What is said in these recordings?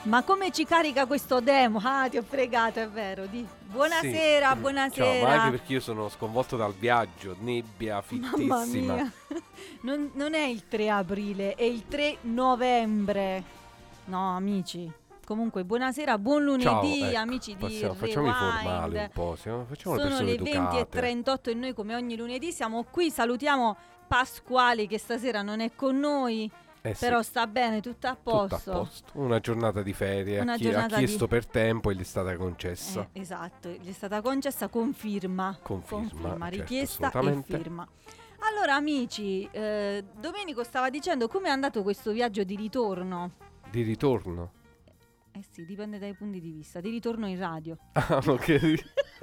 Ma come ci carica questo demo? Ah, ti ho fregato, è vero. Buonasera, Sì. buonasera. Ciao, ma anche perché io sono sconvolto dal viaggio, nebbia Mamma fittissima. mia. Non è il 3 aprile, è il 3 novembre. No, amici. Comunque, buonasera, buon lunedì, Ciao, ecco, amici di facciamo i formali Rewind. un po', facciamo le Sono persone le educate. 20:38 e noi come ogni lunedì siamo qui. Salutiamo Pasquale che stasera non è con noi, però Sì, sta bene, tutto a posto. tutto a posto. Una giornata di ferie, Una ha giornata chiesto per tempo e gli è stata concessa. Esatto, gli è stata concessa conferma, Conferma, certo, richiesta e assolutamente. firma. Allora amici, Domenico stava dicendo come è andato questo viaggio di ritorno. Di ritorno? Eh sì, dipende dai punti di vista, di ritorno in radio. Ah, ok.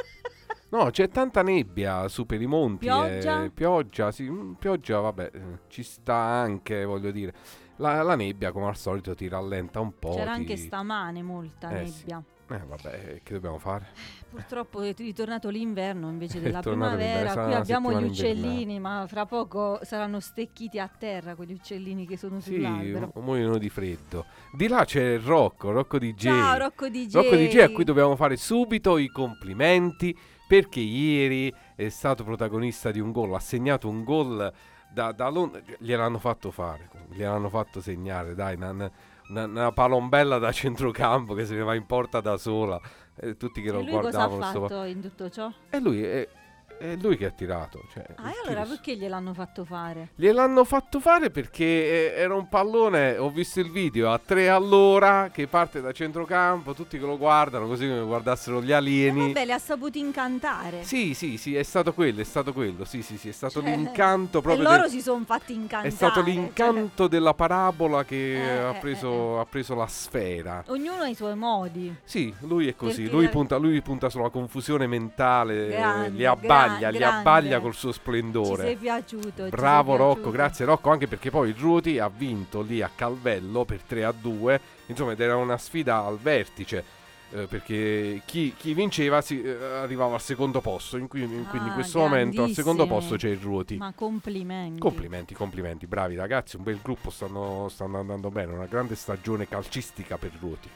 No, c'è tanta nebbia su per i monti. Pioggia? Pioggia, sì, pioggia, vabbè, ci sta anche, voglio dire. La nebbia, come al solito, ti rallenta un po'. C'era anche stamane molta nebbia. Sì. Vabbè, che dobbiamo fare? Purtroppo è ritornato l'inverno invece È della tornato primavera. l'inverno, Qui sarà abbiamo gli una settimana uccellini, ma fra poco saranno stecchiti a terra quegli uccellini che sono Sì, sull'albero. muoiono di freddo. Di là c'è Rocco DJ. Ciao Rocco DJ. Rocco DJ a cui dobbiamo fare subito i complimenti, perché ieri è stato protagonista di un gol, ha segnato un gol da Londra, gliel'hanno fatto fare, gliel'hanno fatto segnare, dai, una palombella da centrocampo che se ne va in porta da sola, tutti che lo guardavano. Lui cosa ha fatto in tutto ciò? E lui è lui che ha tirato. Cioè, E allora perché gliel'hanno fatto fare? Gliel'hanno fatto fare perché era un pallone, ho visto il video, a 3 all'ora che parte da centrocampo, tutti che lo guardano così come guardassero gli alieni. Vabbè, li ha saputi incantare. Sì, è stato quello, sì, è stato l'incanto proprio. E loro si sono fatti incantare. È stato l'incanto della parabola che ha preso la sfera. Ognuno ha i suoi modi. Sì, lui è così, Perché lui punta sulla confusione mentale, Grande, li abbaglia col suo splendore. Ci sei piaciuto. Bravo Rocco, grazie Rocco, anche perché poi il Ruoti ha vinto lì a Calvello per 3-2, insomma, ed era una sfida al vertice, perché chi vinceva arrivava al secondo posto, quindi in questo momento al secondo posto c'è il Ruoti. Ma complimenti. Complimenti, bravi ragazzi, un bel gruppo, stanno andando bene, una grande stagione calcistica per Ruoti.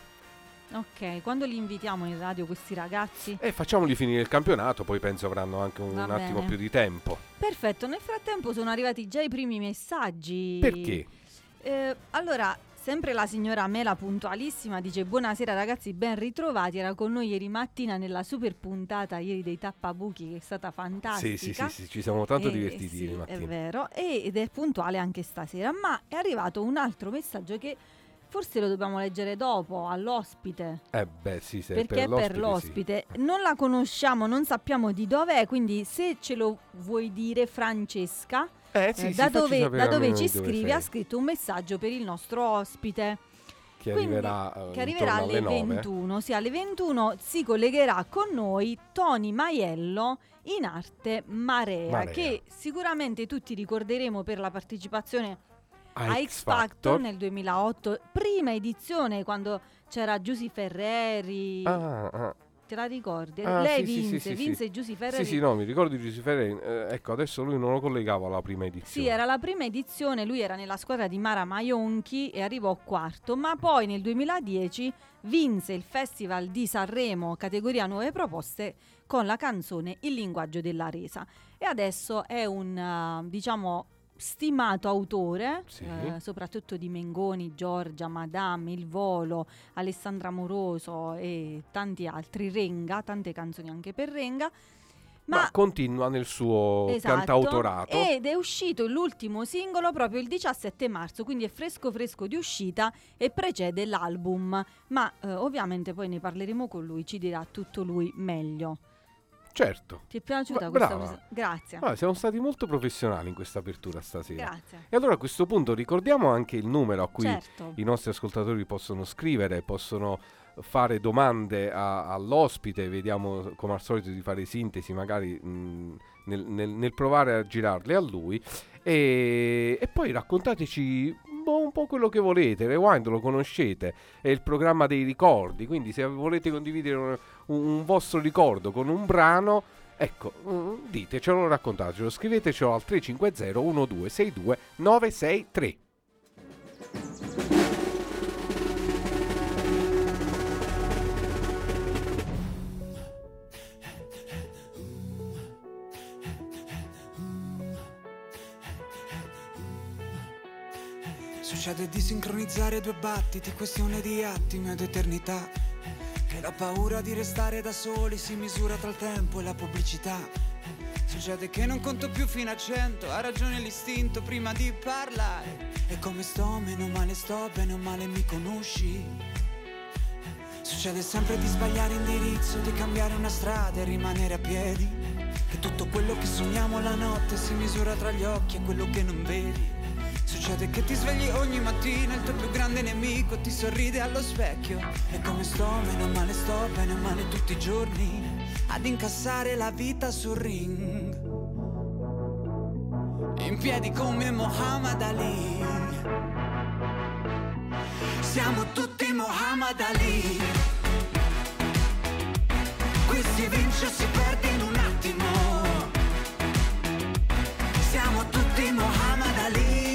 Ok, quando li invitiamo in radio questi ragazzi? Facciamoli finire il campionato, poi penso avranno anche un attimo più di tempo. Perfetto, nel frattempo sono arrivati già i primi messaggi. Perché? Allora, sempre la signora Mela puntualissima dice: buonasera ragazzi, ben ritrovati, era con noi ieri mattina nella super puntata ieri dei Tappabuchi, che è stata fantastica. Sì, ci siamo tanto divertiti ieri mattina. È vero, ed è puntuale anche stasera, ma è arrivato un altro messaggio che forse lo dobbiamo leggere dopo, all'ospite. Sì, perché per l'ospite. Sì. Non la conosciamo, non sappiamo di dove è, quindi se ce lo vuoi dire, Francesca, da dove ci scrivi, ha scritto un messaggio per il nostro ospite. Che arriverà alle 21. Sì, alle 21 si collegherà con noi Tony Maiello in arte Marea, che sicuramente tutti ricorderemo per la partecipazione a X Factor nel 2008, prima edizione, quando c'era Giusy Ferreri. Te la ricordi? Lei vinse Giusy Ferreri. Sì, no, mi ricordo di Giusy Ferreri. Ecco, adesso lui non lo collegava alla prima edizione. Sì, era la prima edizione, lui era nella squadra di Mara Maionchi e arrivò quarto, ma poi nel 2010 vinse il Festival di Sanremo categoria Nuove Proposte con la canzone Il linguaggio della resa. E adesso è un, stimato autore, soprattutto di Mengoni, Giorgia, Madame, Il Volo, Alessandra Moroso e tanti altri, Renga, tante canzoni anche per Renga. Ma continua nel suo cantautorato. Ed è uscito l'ultimo singolo proprio il 17 marzo, quindi è fresco di uscita e precede l'album. Ma ovviamente poi ne parleremo con lui, ci dirà tutto lui meglio. Certo. Ti è piaciuta questa cosa? Grazie. Siamo stati molto professionali in questa apertura stasera. Grazie. E allora a questo punto ricordiamo anche il numero a cui i nostri ascoltatori possono scrivere, possono fare domande all'ospite. Vediamo come al solito di fare sintesi magari nel provare a girarle a lui, e poi raccontateci un po' quello che volete. Rewind lo conoscete, è il programma dei ricordi, quindi se volete condividere un vostro ricordo con un brano, ecco, ditecelo, raccontatecelo, scrivetecelo al 350 1262 963. Succede di sincronizzare due battiti, questione di attimi ed eternità. E la paura di restare da soli si misura tra il tempo e la pubblicità. Succede che non conto più fino a 100, ha ragione l'istinto prima di parlare. E come sto, meno male sto, bene o male mi conosci. Succede sempre di sbagliare indirizzo, di cambiare una strada e rimanere a piedi. Che tutto quello che sogniamo la notte si misura tra gli occhi e quello che non vedi. Succede che ti svegli ogni mattina, il tuo più grande nemico ti sorride allo specchio. E come sto, meno male sto, bene o male tutti i giorni, ad incassare la vita sul ring. In piedi come Muhammad Ali. Siamo tutti Muhammad Ali. Qui si vince o si perde in un attimo. Siamo tutti Muhammad Ali.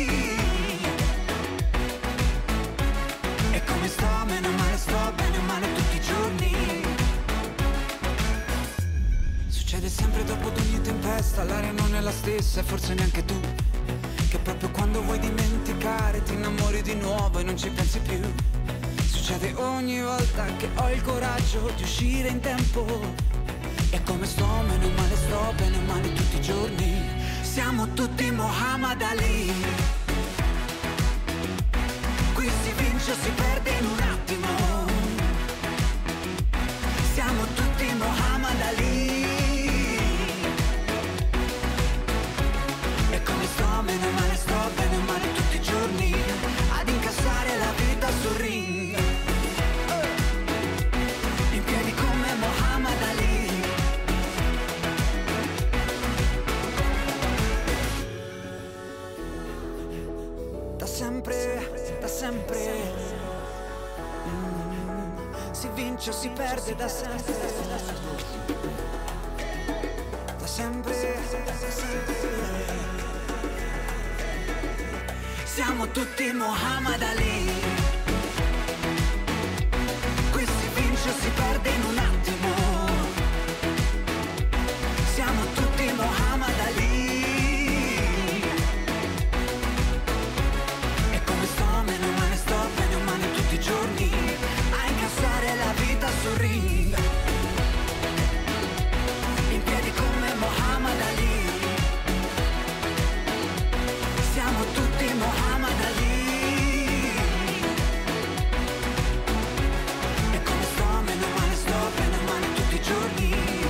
E come sto, meno male sto, bene o male tutti i giorni. Succede sempre dopo ad ogni tempesta, l'aria non è la stessa e forse neanche tu. Che proprio quando vuoi dimenticare ti innamori di nuovo e non ci pensi più. Succede ogni volta che ho il coraggio di uscire in tempo. E come sto, meno male sto, bene o male tutti i giorni. Siamo tutti Muhammad Ali. Qui si vince o si perde in un attimo. Siamo tutti Muhammad Ali. E come sto, meno male sto, bene o male tutti i giorni, ad incassare la vita sul ring. In piedi come Muhammad Ali. Da sempre si vince o si perde da sempre. Da sempre. Siamo tutti Muhammad Ali. Qui si vince o si perde in un attimo. Siamo tutti Muhammad Ali. E come sto, meno male sto, bene o male tutti i giorni, a incassare la vita sul ring. In piedi come Muhammad Ali. Siamo tutti Muhammad Ali. E come sto, meno male sto, bene o male tutti i giorni.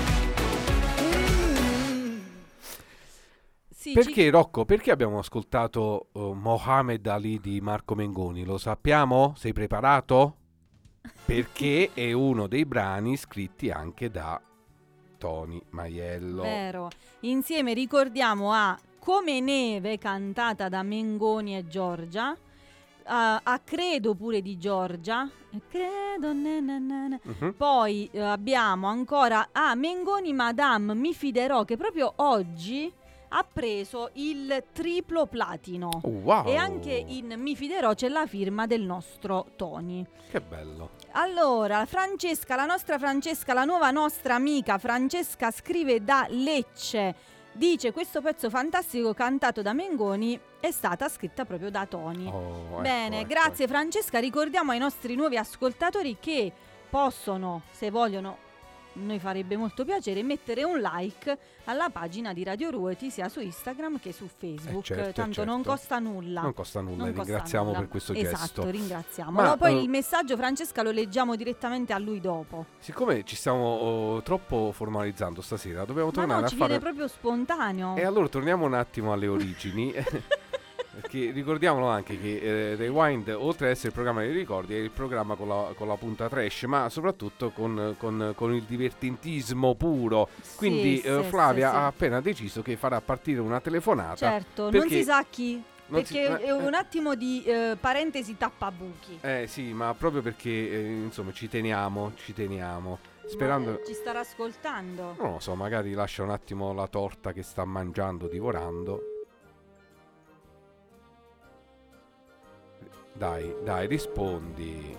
Sì, Perché Rocco, perché abbiamo ascoltato Mohamed Ali di Marco Mengoni? Lo sappiamo? Sei preparato? Perché è uno dei brani scritti anche da Tony Maiello. Vero. Insieme ricordiamo a Come neve, cantata da Mengoni e Giorgia, a Credo pure di Giorgia, Credo, na na na na. Poi abbiamo ancora a Mengoni Madame mi fiderò, che proprio oggi ha preso il triplo platino. Wow. E anche in Mi fiderò c'è la firma del nostro Tony. Che bello. Allora, Francesca, la nostra Francesca, la nuova nostra amica Francesca, scrive da Lecce. Dice: questo pezzo fantastico cantato da Mengoni è stata scritta proprio da Tony. Bene, ecco. Grazie Francesca. Ricordiamo ai nostri nuovi ascoltatori che possono, se vogliono, noi farebbe molto piacere, mettere un like alla pagina di Radio Ruoti sia su Instagram che su Facebook. Tanto non costa nulla. Non costa nulla, ringraziamo per questo gesto. Esatto, ringraziamo. Poi il messaggio, Francesca, lo leggiamo direttamente a lui dopo. Siccome ci stiamo troppo formalizzando stasera, dobbiamo tornare a ci fare... viene proprio spontaneo. E allora torniamo un attimo alle origini. Perché ricordiamolo anche che Rewind, oltre ad essere il programma dei ricordi, è il programma con la punta trash, ma soprattutto con il divertentismo puro. Quindi Flavia ha appena deciso che farà partire una telefonata. Certo, non si sa chi. Perché è un attimo di parentesi tappabuchi. Sì, ma proprio perché insomma ci teniamo. Sperando... Ma ci starà ascoltando. Non lo so, magari lascia un attimo la torta che sta mangiando, divorando. Dai, rispondi.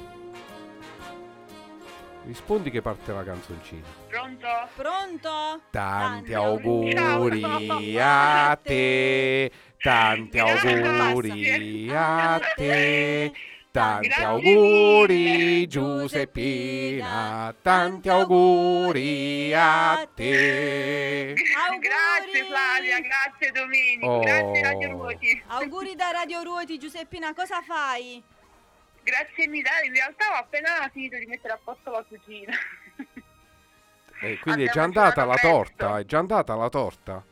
Rispondi che parte la canzoncina. Pronto? Tanti auguri a te. Tanti auguri a te. Tanti auguri Giuseppina, tanti auguri a te. Grazie Flavia, grazie Domenico, grazie Radio Ruoti. Auguri da Radio Ruoti. Giuseppina, cosa fai? Grazie mille, in realtà ho appena finito di mettere a posto la cucina. Quindi è già andata la torta, è già andata la torta.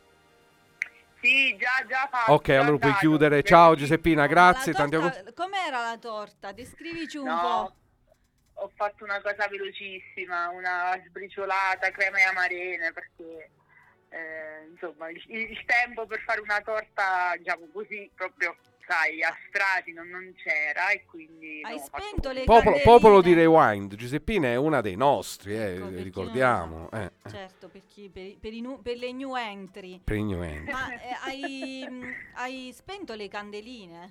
Sì, già fatto. Ok, allora puoi chiudere. Ciao Giuseppina, grazie. Com'era la torta? Descrivici un po'. Ho fatto una cosa velocissima, una sbriciolata, crema e amarene, perché insomma il tempo per fare una torta, diciamo così, proprio sai, a strati non c'era, e quindi hai spento le popolo di Rewind. Giuseppina è una dei nostri, ricordiamo. Certo, per le new entry. Per i new entry. Ma hai spento le candeline?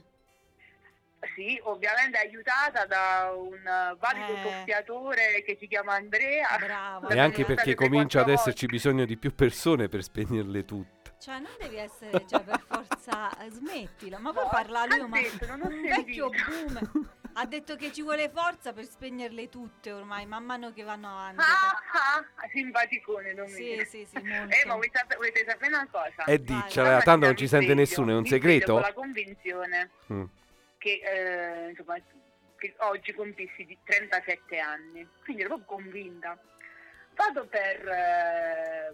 Sì, ovviamente aiutata da un valido soffiatore che si chiama Andrea. Bravo. E anche perché comincia ad esserci bisogno di più persone per spegnerle tutte. Cioè non devi essere, per forza, smettila. Ma poi parla lui, un vecchio boomer. Ha detto che ci vuole forza per spegnerle tutte ormai, man mano che vanno avanti. Simpaticone Domenico. Sì, molto. Ma volete sapere una cosa? Diccela, tanto non ci sente nessuno, è un segreto? Con la convinzione che insomma che oggi compissi 37 anni, quindi ero proprio convinta. Vado per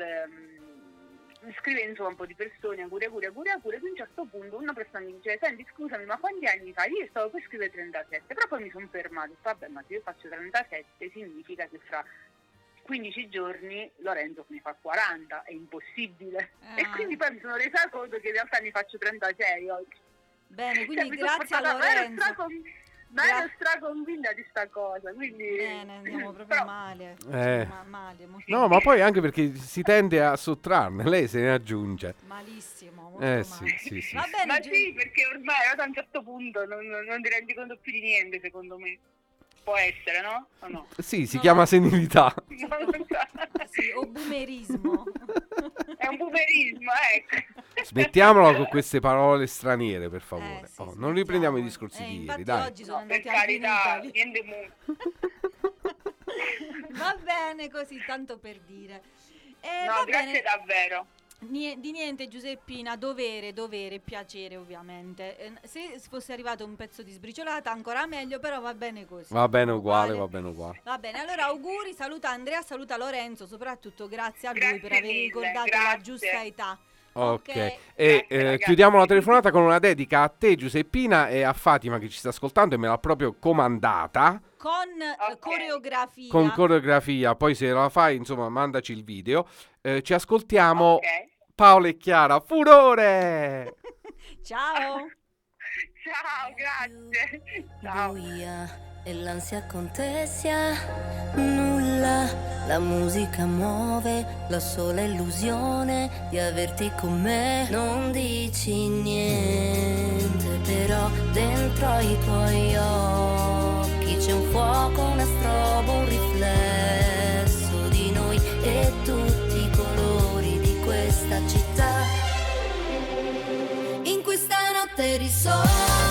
scrivere insomma un po' di persone, auguri, ad un certo punto una persona mi dice: senti, scusami, ma quanti anni fai? Io stavo per scrivere 37, però poi mi sono fermato. Vabbè, ma se io faccio 37 significa che fra 15 giorni Lorenzo mi fa 40, è impossibile. E quindi poi mi sono resa conto che in realtà ne faccio 36 oggi. Bene, quindi grazie a Lorenzo. Ma ero straconvinta di sta cosa, quindi... Bene, andiamo proprio male. Male, no, ma poi anche perché si tende a sottrarne, lei se ne aggiunge. Malissimo, molto male. Sì. Va bene, ma sì, perché ormai a un certo punto non ti rendi conto più di niente, secondo me. Può essere, no? O no? Sì, si chiama senilità. Sì, o boomerismo. È un boomerismo, ecco. Smettiamola con queste parole straniere, per favore. Sì, non riprendiamo i discorsi di ieri, dai. Oggi sono per carità, niente Va bene così, tanto per dire. Grazie davvero. Di niente Giuseppina, dovere, piacere ovviamente. Se fosse arrivato un pezzo di sbriciolata ancora meglio, però va bene così. Va bene uguale. Va bene, allora auguri, saluta Andrea, saluta Lorenzo, soprattutto grazie a lui per aver ricordato la giusta età. Ok, e chiudiamo la telefonata con una dedica a te Giuseppina e a Fatima che ci sta ascoltando e me l'ha proprio comandata. Con coreografia. Con coreografia, poi se la fai insomma mandaci il video. Ci ascoltiamo Paola e Chiara, Furore! Ciao! Ciao, grazie! Ciao! E l'ansia contessa, nulla, la musica muove, la sola illusione di averti con me. Non dici niente, però dentro i tuoi occhi c'è un fuoco, una strobo, un riflesso di noi e tutti i colori di questa città. In questa notte di sole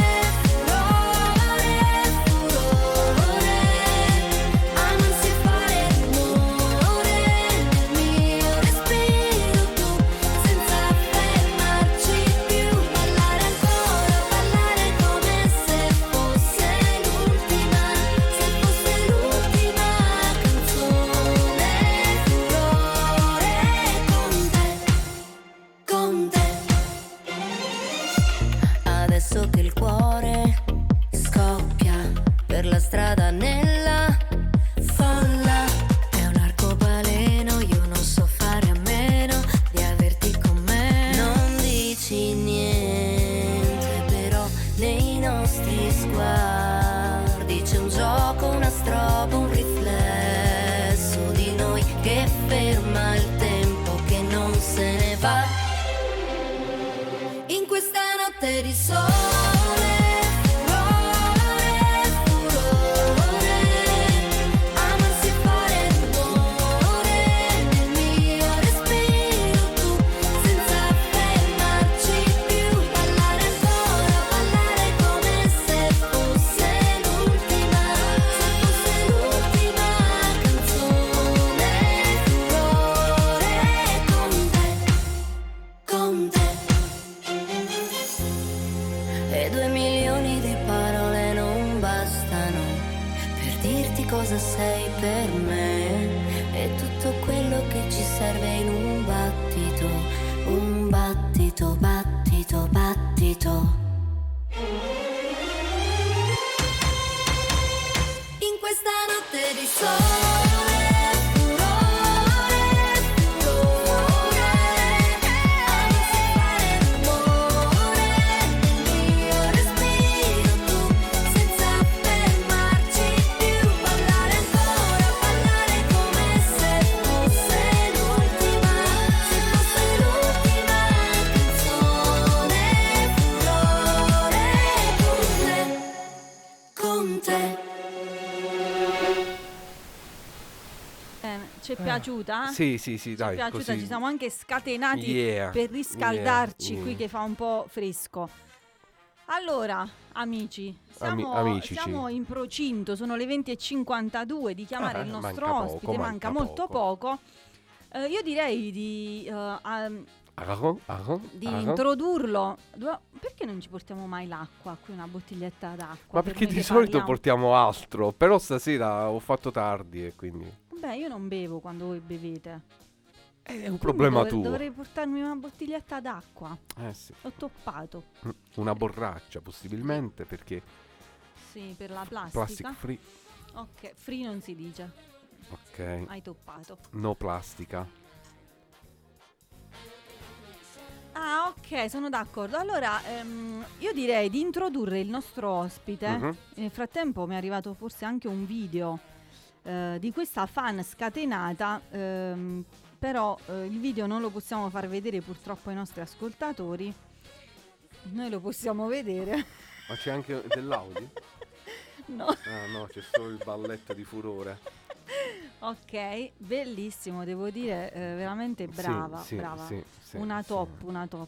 che il cuore scoppia per la strada nella folla. È un arcobaleno, io non so fare a meno di averti con me. Non dici niente, però nei nostri sguardi c'è un gioco, una strobo, un riflesso di noi che ferma il tempo che non se ne va. In questa notte di sole 2 milioni di parole non bastano per dirti cosa sei per me. E tutto quello che ci serve in un battito, battito, battito. In questa notte di sole ci è piaciuta? Sì, dai. Ci è piaciuta, così. ci siamo anche scatenati per riscaldarci qui che fa un po' fresco. Allora, amici, siamo in procinto, sono le 20:52 di chiamare il nostro ospite, manca molto poco. Io direi di introdurlo. Perché non ci portiamo mai l'acqua qui, una bottiglietta d'acqua? Ma perché di solito portiamo altro, però stasera ho fatto tardi e quindi... Beh, io non bevo quando voi bevete. È un problema tuo. Dovrei portarmi una bottiglietta d'acqua. Sì. Ho toppato. Una borraccia possibilmente, perché... Sì, per la plastica. Plastic free. Ok, free non si dice. Ok. Hai toppato. No plastica. Ah, ok, sono d'accordo. Allora, io direi di introdurre il nostro ospite. Nel frattempo mi è arrivato forse anche un video di questa fan scatenata, però il video non lo possiamo far vedere purtroppo ai nostri ascoltatori. Noi lo possiamo vedere. Ma c'è anche dell'audio? No. Ah no, c'è solo il balletto di furore. Ok, bellissimo, devo dire, veramente brava, brava. Sì, una top.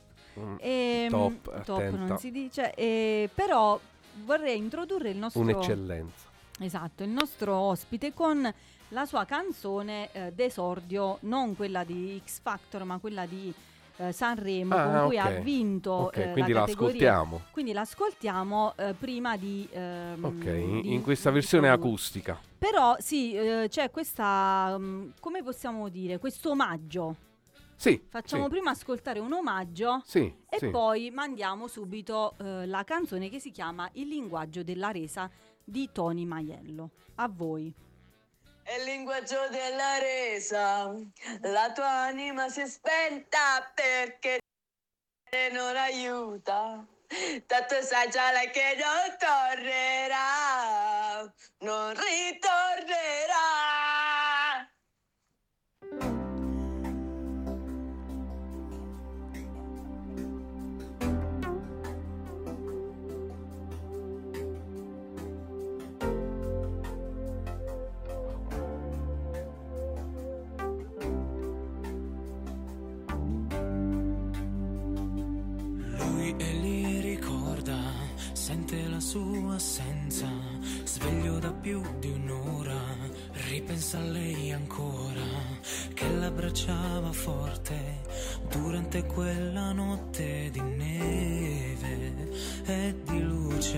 Top, non si dice, però vorrei introdurre il nostro... Un'eccellenza. Esatto, il nostro ospite con la sua canzone d'esordio, non quella di X Factor, ma quella di Sanremo, con cui ha vinto quindi la categoria. Quindi l'ascoltiamo prima di... in questa versione acustica. Però sì, c'è questa, come possiamo dire, questo omaggio. Sì. Facciamo prima ascoltare un omaggio e poi mandiamo subito la canzone che si chiama Il linguaggio della resa di Tony Maiello. A voi. È il linguaggio della resa, la tua anima si è spenta perché non aiuta. Tanto sai già lei che non tornerà, non ritornerà. Sente la sua assenza, sveglio da più di un'ora, ripensa a lei ancora, che l'abbracciava forte durante quella notte di neve e di luce.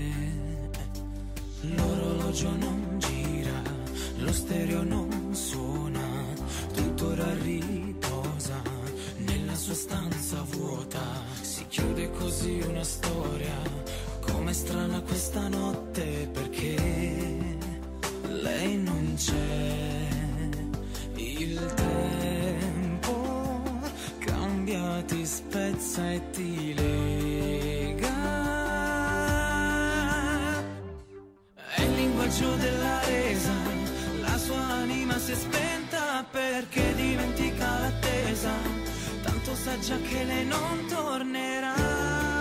L'orologio non gira, lo stereo non suona, tuttora riposa nella sua stanza vuota. Si chiude così una storia. Com'è strana questa notte perché lei non c'è. Il tempo cambia, ti spezza e ti lega. È il linguaggio della resa, la sua anima si è spenta perché dimentica l'attesa. Tanto sa già che lei non tornerà.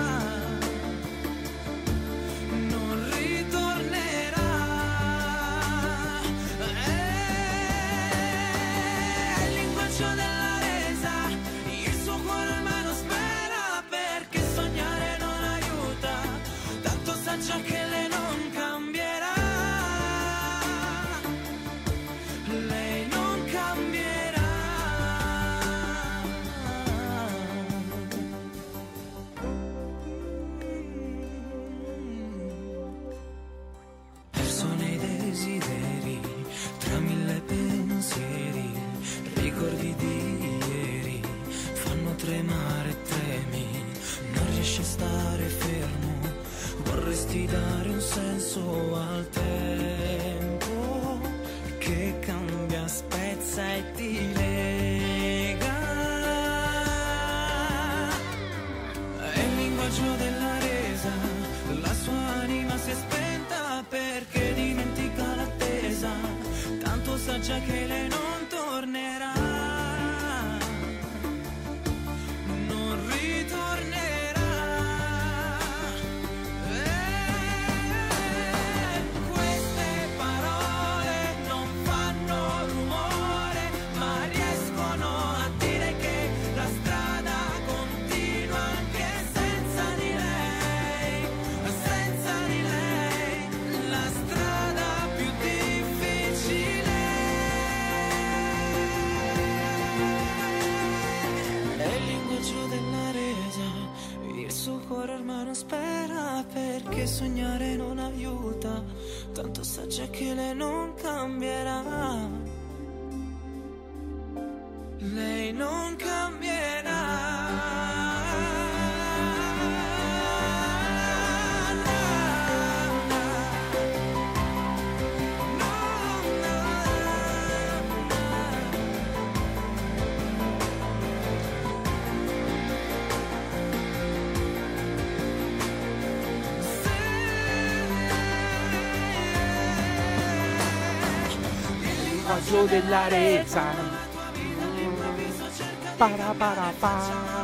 Già che lei non cambierà, lei non cambierà. mare tremi, non riesci a stare fermo, vorresti dare un senso al tempo che cambia, spezza e ti lega. È il linguaggio della resa, la sua anima si è spenta perché dimentica l'attesa, tanto sa già che lei non tornerà. Non ritornerà. Queste parole non fanno rumore, ma riescono a dire che la strada continua anche senza di lei, senza di lei, la strada più difficile. È il linguaggio della resa, il suo cuore ormai non spera perché sognare non aiuta, tanto sa già che lei non cambierà. Lei non cambierà. Linguaggio della resa. Para para pa.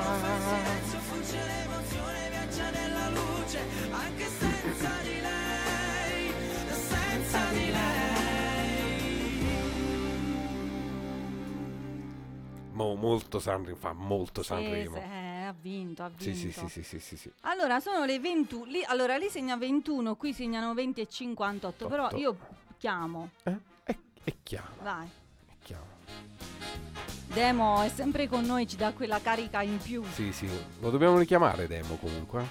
Molto Sanremo, fa molto Sanremo. Ha vinto. Sì. Allora, sono le 21. Lì segna 21, qui segnano 20 e 58. Però io chiamo. È chiaro. Vai. È chiaro. Demo è sempre con noi, ci dà quella carica in più. Sì. Lo dobbiamo richiamare Demo comunque.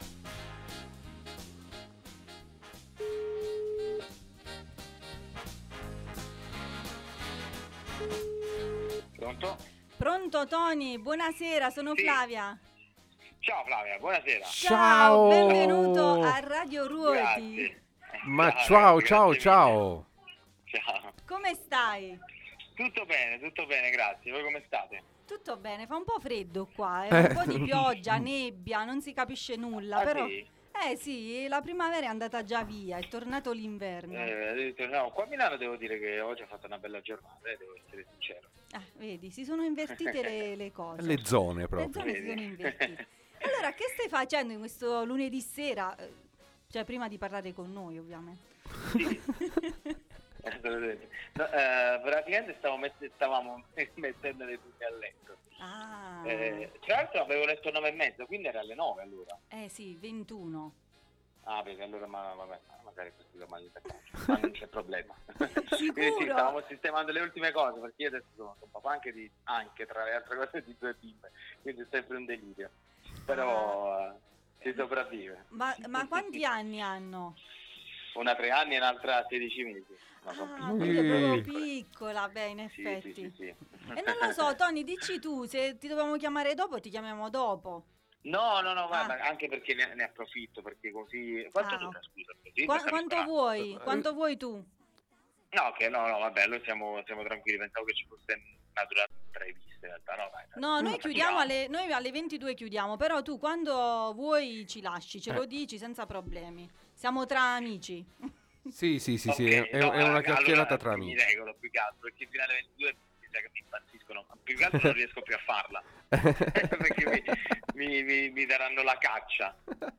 Pronto? Tony, buonasera, sono Sì. Flavia. Ciao Flavia, buonasera. Ciao. Benvenuto a Radio Ruoti. Grazie. Ma Grazie ciao. mille. Ciao. Come stai? Tutto bene, grazie. Voi come state? Tutto bene, fa un po' freddo qua, un po' di pioggia, nebbia, non si capisce nulla, però Sì? sì, la primavera è andata già via, è tornato l'inverno. No, qua a Milano devo dire che oggi ha fatto una bella giornata, devo essere sincero. Vedi, si sono invertite le cose. Le zone Le proprio. zone si sono invertite. Allora, che stai facendo in questo lunedì sera? Cioè, prima di parlare con noi, ovviamente. Sì. Assolutamente. No, praticamente stavamo mettendo le tutte a letto. Tra l'altro avevo letto 9:30, quindi era alle 9 allora. Sì, 21. Ah, perché allora vabbè, magari questo è mal interpretato, ma non c'è problema. Sicuro? Quindi sì, stavamo sistemando le ultime cose, perché io adesso sono papà anche tra le altre cose di 2 bimbe, quindi è sempre un delirio. Però si sopravvive. Ma quanti anni hanno? Una 3 anni e un'altra 16 mesi. Quindi è proprio piccola, beh, in effetti. Sì. E non lo so, Tony, dici tu, se ti dobbiamo chiamare dopo, ti chiamiamo dopo. No, guarda, anche perché ne approfitto, perché così... Quanto dura, scusa? Così Quanto vuoi tu? No, vabbè, noi siamo tranquilli, pensavo che ci fosse una durata prevista in realtà, no, dai. No, noi chiudiamo noi alle 22 chiudiamo, però tu quando vuoi ci lasci, ce lo dici senza problemi. Siamo tra amici. Sì, Okay, è una chiacchierata tra Mi amici. regolo più che altro, perché fino alle 22 mi sa che mi impazziscono, più che altro non riesco più a farla, perché mi daranno la caccia.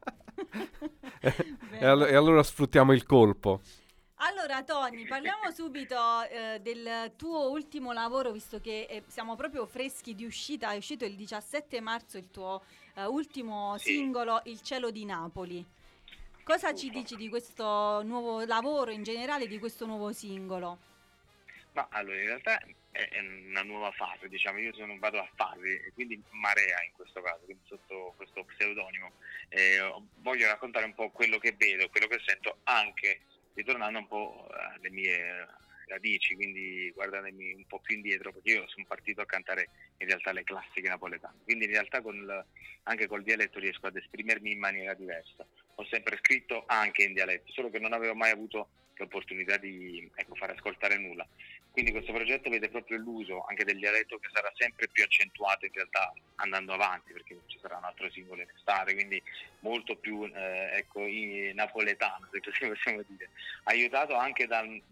E allora sfruttiamo il colpo. Allora Tony, parliamo subito del tuo ultimo lavoro, visto che siamo proprio freschi di uscita. È uscito il 17 marzo il tuo ultimo singolo, Il cielo di Napoli. Cosa ci dici di questo nuovo lavoro, in generale di questo nuovo singolo? Ma allora, in realtà è una nuova fase, diciamo, io vado a fasi, e quindi Marea in questo caso, quindi sotto questo pseudonimo. Voglio raccontare un po' quello che vedo, quello che sento, anche ritornando un po' alle mie radici, quindi guardatemi un po' più indietro, perché io sono partito a cantare in realtà le classiche napoletane, quindi in realtà anche col dialetto riesco ad esprimermi in maniera diversa. Ho sempre scritto anche in dialetto, solo che non avevo mai avuto l'opportunità di fare ascoltare nulla. Quindi questo progetto vede proprio l'uso anche del dialetto, che sarà sempre più accentuato in realtà andando avanti, perché ci sarà un altro singolo in estate, quindi molto più napoletano, se così possiamo dire, aiutato anche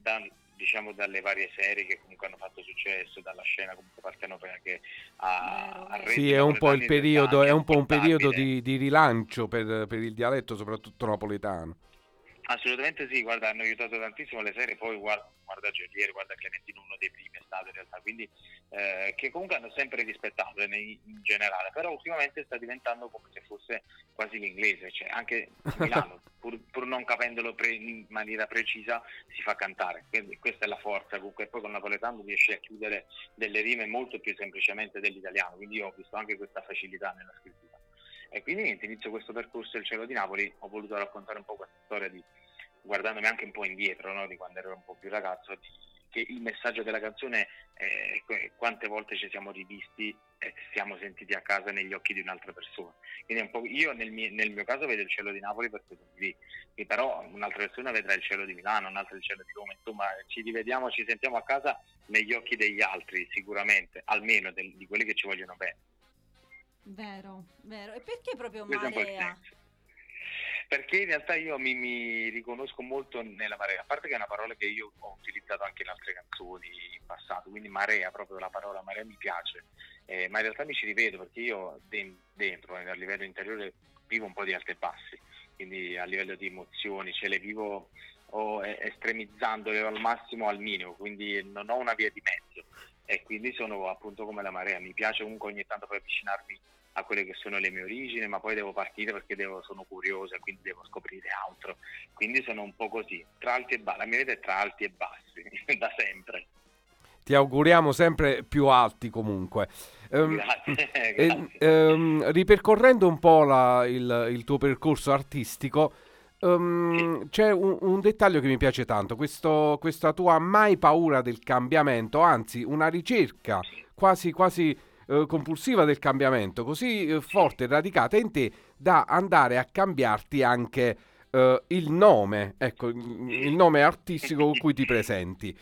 dalle varie serie che comunque hanno fatto successo, dalla scena comunque partenopea che ha reso. Sì, è un po' il periodo, è un po' un periodo di rilancio per il dialetto, soprattutto napoletano. Assolutamente sì, guarda, hanno aiutato tantissimo le serie, poi guarda Geolier, guarda Clementino, uno dei primi è stato in realtà, quindi che comunque hanno sempre rispettato in generale, però ultimamente sta diventando come se fosse quasi l'inglese, cioè anche Milano, pur non capendolo in maniera precisa, si fa cantare, quindi questa è la forza comunque, poi con napoletano riesce a chiudere delle rime molto più semplicemente dell'italiano, quindi io ho visto anche questa facilità nella scrittura. E quindi niente, inizio questo percorso del Cielo di Napoli, ho voluto raccontare un po' questa storia guardandomi anche un po' indietro, no? Di quando ero un po' più ragazzo, che il messaggio della canzone è quante volte ci siamo rivisti e ci siamo sentiti a casa negli occhi di un'altra persona. Quindi un po' io nel mio caso vedo il cielo di Napoli perché sono lì, e però un'altra persona vedrà il cielo di Milano, un'altra il cielo di Roma, insomma ci rivediamo, ci sentiamo a casa negli occhi degli altri sicuramente, almeno di quelli che ci vogliono bene. Vero. E perché proprio Questo Marea? Perché in realtà io mi riconosco molto nella marea, a parte che è una parola che io ho utilizzato anche in altre canzoni in passato, quindi marea, proprio la parola marea mi piace, ma in realtà mi ci rivedo perché io dentro, a livello interiore, vivo un po' di alti e bassi, quindi a livello di emozioni, ce le vivo estremizzandole al massimo al minimo, quindi non ho una via di mezzo e quindi sono appunto come la marea, mi piace comunque ogni tanto poi avvicinarmi a quelle che sono le mie origini, ma poi devo partire perché sono curioso e quindi devo scoprire altro, quindi sono un po' così, tra alti e bassi, la mia vita è tra alti e bassi, da sempre. Ti auguriamo sempre più alti comunque. Grazie. Ripercorrendo un po' il tuo percorso artistico, c'è un dettaglio che mi piace tanto, questa tua mai paura del cambiamento, anzi una ricerca quasi compulsiva del cambiamento, così forte e radicata in te da andare a cambiarti anche il nome, ecco, il nome artistico con cui ti presenti.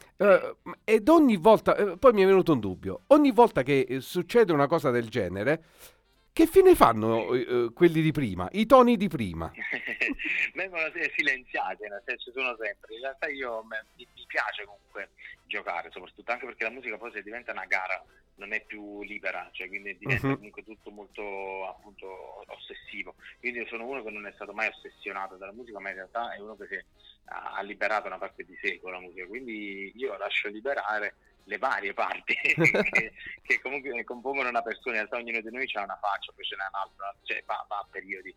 Ed ogni volta, poi mi è venuto un dubbio, ogni volta che succede una cosa del genere, che fine fanno quelli di prima, i toni di prima? Vengono silenziati, nel senso sono sempre. In realtà mi piace comunque giocare, soprattutto anche perché la musica poi se diventa una gara non è più libera, cioè quindi diventa comunque tutto molto appunto ossessivo. Quindi io sono uno che non è stato mai ossessionato dalla musica, ma in realtà è uno che ha liberato una parte di sé con la musica, quindi io lascio liberare le varie parti che comunque compongono una persona. In realtà ognuno di noi ha una faccia, poi ce n'è un'altra, cioè va a periodi,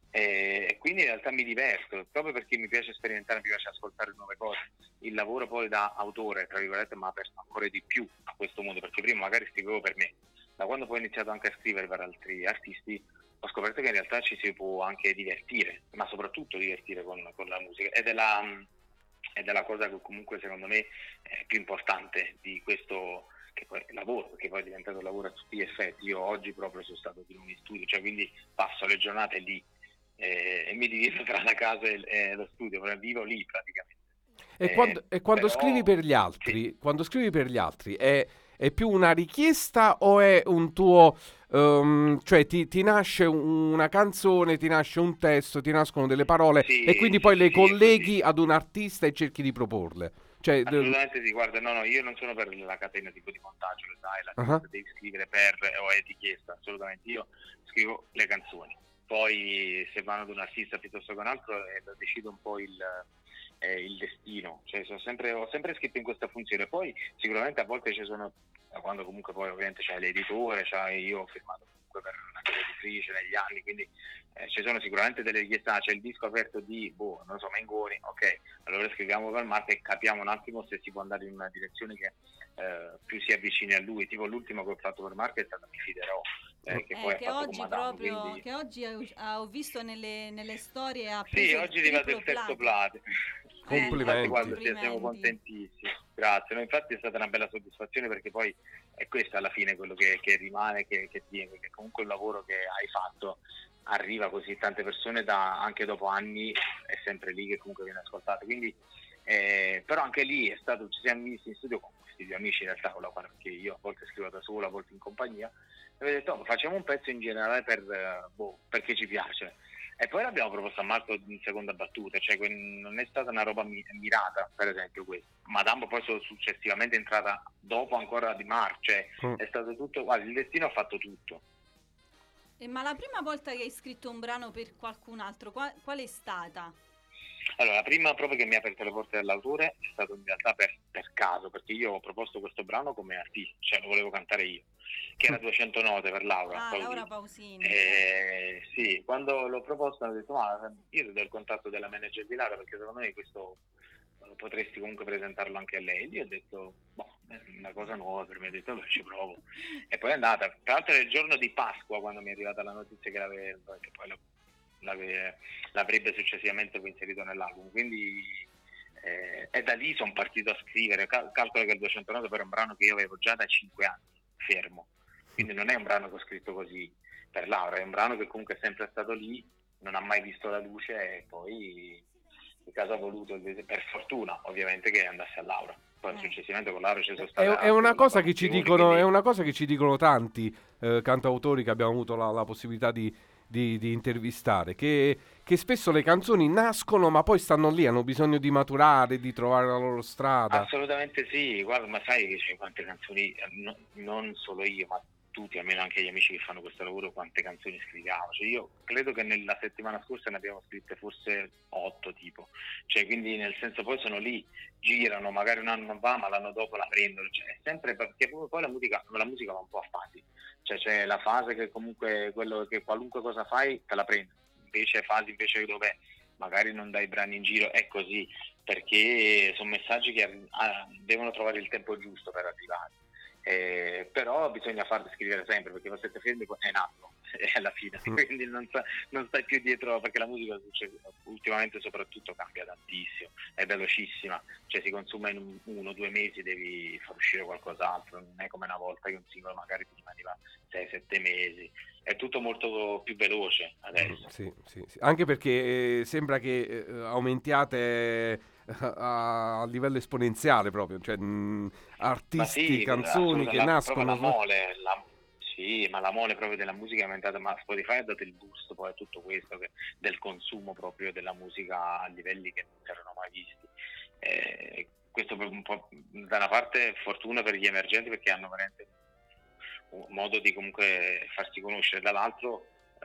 e quindi in realtà mi diverto proprio perché mi piace sperimentare, mi piace ascoltare nuove cose. Il lavoro poi da autore, tra virgolette, mi ha aperto ancora di più a questo mondo, perché prima magari scrivevo per me, da quando poi ho iniziato anche a scrivere per altri artisti ho scoperto che in realtà ci si può anche divertire, ma soprattutto divertire con la musica, ed è la cosa che comunque secondo me è più importante di questo, che poi è lavoro, perché poi è diventato un lavoro a tutti gli effetti. Io oggi proprio sono stato in studio, cioè quindi passo le giornate lì e mi divido tra la casa e lo studio, vivo lì praticamente. E quando scrivi per gli altri, sì. Quando scrivi per gli altri è più una richiesta o è un tuo, cioè ti nasce una canzone, ti nasce un testo, ti nascono delle parole, sì, e quindi poi le colleghi ad un artista e cerchi di proporle? Cioè, assolutamente sì, guarda, no, io non sono per la catena tipo di montaggio, lo sai, la devi scrivere per o è richiesta, assolutamente, io scrivo le canzoni, poi se vanno ad un artista piuttosto che un altro decido un po' il destino, cioè ho sempre scritto in questa funzione. Poi sicuramente a volte ci sono, quando comunque poi ovviamente c'è l'editore, io ho firmato comunque per una casa editrice negli anni, quindi ci sono sicuramente delle richieste, c'è il disco aperto di non so, Mengoni, ok, allora scriviamo per Marco e capiamo un attimo se si può andare in una direzione che più si avvicini a lui, tipo l'ultimo che ho fatto per Marco è stato Mi fiderò, che poi che oggi Madame, proprio quindi... che oggi ho visto nelle storie, ha sì, oggi è arrivato il terzo plato. Complimenti. Guarda, siamo contentissimi. Grazie, no, infatti è stata una bella soddisfazione, perché poi è questo alla fine quello che rimane, che tiene, che comunque il lavoro che hai fatto arriva così tante persone anche dopo anni, è sempre lì che comunque viene ascoltato, quindi però anche lì è stato, ci siamo visti in studio con questi due amici in realtà, con la quale, perché io a volte scrivo da solo, a volte in compagnia, e avevo detto facciamo un pezzo in generale perché ci piace. E poi l'abbiamo proposto a Marco in seconda battuta, cioè non è stata una roba mirata, per esempio questo. Madame poi successivamente è entrata dopo ancora di Marco, cioè è stato tutto, guarda, il destino ha fatto tutto. Ma la prima volta che hai scritto un brano per qualcun altro, qual è stata? Allora, la prima proprio che mi ha aperto le porte dell'autore è stato in realtà per caso, perché io ho proposto questo brano come artista, cioè lo volevo cantare io, che era 200 note per Laura. Laura Pausini. Sì, quando l'ho proposto hanno detto io ti do il contatto della manager di Laura, perché secondo me questo potresti comunque presentarlo anche a lei. Io ho detto, è una cosa nuova per me, ho detto ci provo. E poi è andata, tra l'altro era il giorno di Pasqua quando mi è arrivata la notizia che poi l'avrebbe successivamente poi inserito nell'album, quindi e da lì sono partito a scrivere. Calcola che il 200 note però è un brano che io avevo già da 5 anni fermo, quindi non è un brano che ho scritto così per Laura, è un brano che comunque è sempre stato lì, non ha mai visto la luce, e poi in caso ha voluto, per fortuna ovviamente, che andasse a Laura. Poi successivamente con Laura ci sono state è una cosa che ci dicono, quindi... è una cosa che ci dicono tanti cantautori che abbiamo avuto la possibilità di intervistare, che spesso le canzoni nascono ma poi stanno lì, hanno bisogno di maturare, di trovare la loro strada. Assolutamente sì, guarda, ma sai che c'è quante canzoni, non solo io, ma tutti, almeno anche gli amici che fanno questo lavoro, quante canzoni scriviamo. Cioè io credo che nella settimana scorsa ne abbiamo scritte forse 8 tipo, cioè quindi nel senso poi sono lì, girano, magari un anno non va ma l'anno dopo la prendono, cioè è sempre, perché poi la musica va un po' a fasi, cioè c'è la fase che comunque quello che qualunque cosa fai te la prendi, invece fasi invece dove magari non dai brani in giro, è così, perché sono messaggi che devono trovare il tempo giusto per arrivare. Però bisogna farli scrivere sempre, perché lo siete fermi è nato alla fine, quindi non stai più dietro, perché la musica ultimamente soprattutto cambia tantissimo, è velocissima, cioè si consuma in 1 o 2 mesi, devi far uscire qualcos'altro, non è come una volta che un singolo magari ti rimaneva 6-7 mesi, è tutto molto più veloce adesso. Sì. Anche perché sembra che aumentiate a livello esponenziale proprio, cioè artisti, canzoni che nascono. La mole, sì, ma la mole proprio della musica è aumentata, ma Spotify ha dato il boost poi a tutto questo del consumo proprio della musica a livelli che non si erano mai visti. Questo per un po' da una parte fortuna per gli emergenti, perché hanno veramente un modo di comunque farsi conoscere, dall'altro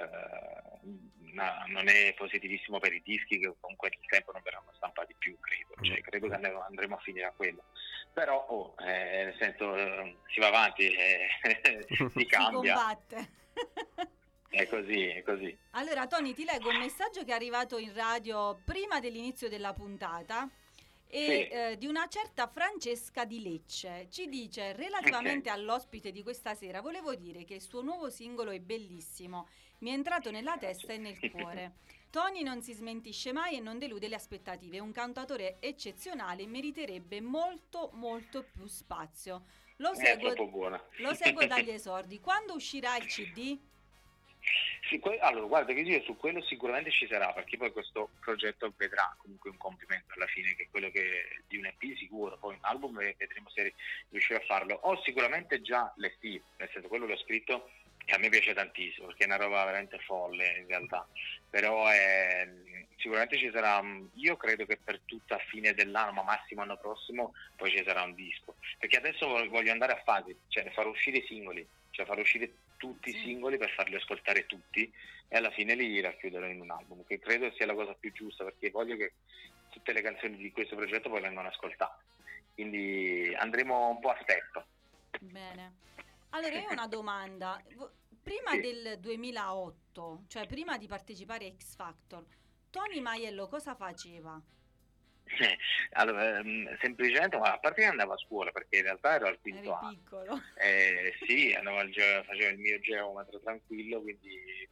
non è positivissimo per i dischi, che comunque nel tempo non verranno stampati più, credo che andremo a finire a quello, però nel senso si va avanti, si cambia, si combatte. È così. Allora Tony, ti leggo un messaggio che è arrivato in radio prima dell'inizio della puntata e di una certa Francesca di Lecce. Ci dice: relativamente all'ospite di questa sera, volevo dire che il suo nuovo singolo è bellissimo, mi è entrato nella testa e nel cuore. Tony non si smentisce mai e non delude le aspettative, è un cantautore eccezionale e meriterebbe molto molto più spazio. Lo seguo dagli esordi. Quando uscirà il CD? Sì, allora guarda che io su quello sicuramente ci sarà, perché poi questo progetto vedrà comunque un compimento alla fine, che è quello che di un EP sicuro, poi un album vedremo se riuscirò a farlo. Ho sicuramente già l'EP, nel senso quello l'ho scritto, che a me piace tantissimo, perché è una roba veramente folle in realtà, però sicuramente ci sarà, io credo che per tutta fine dell'anno, ma massimo anno prossimo, poi ci sarà un disco, perché adesso voglio andare a fasi, cioè far uscire i singoli, cioè far uscire tutti i singoli per farli ascoltare tutti e alla fine li racchiuderò in un album, che credo sia la cosa più giusta, perché voglio che tutte le canzoni di questo progetto poi vengano ascoltate, quindi andremo un po' a step. Bene, allora io ho una domanda. Prima del 2008, cioè prima di partecipare a X Factor, Tony Maiello cosa faceva? Allora, semplicemente, a parte che andavo a scuola, perché in realtà ero al quinto anno. Piccolo. Sì, facevo il mio geometro tranquillo, quindi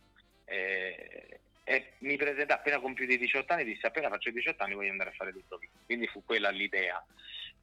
mi presentavo appena compiuti i 18 anni, dissi appena faccio i 18 anni voglio andare a fare dei provini, quindi fu quella l'idea.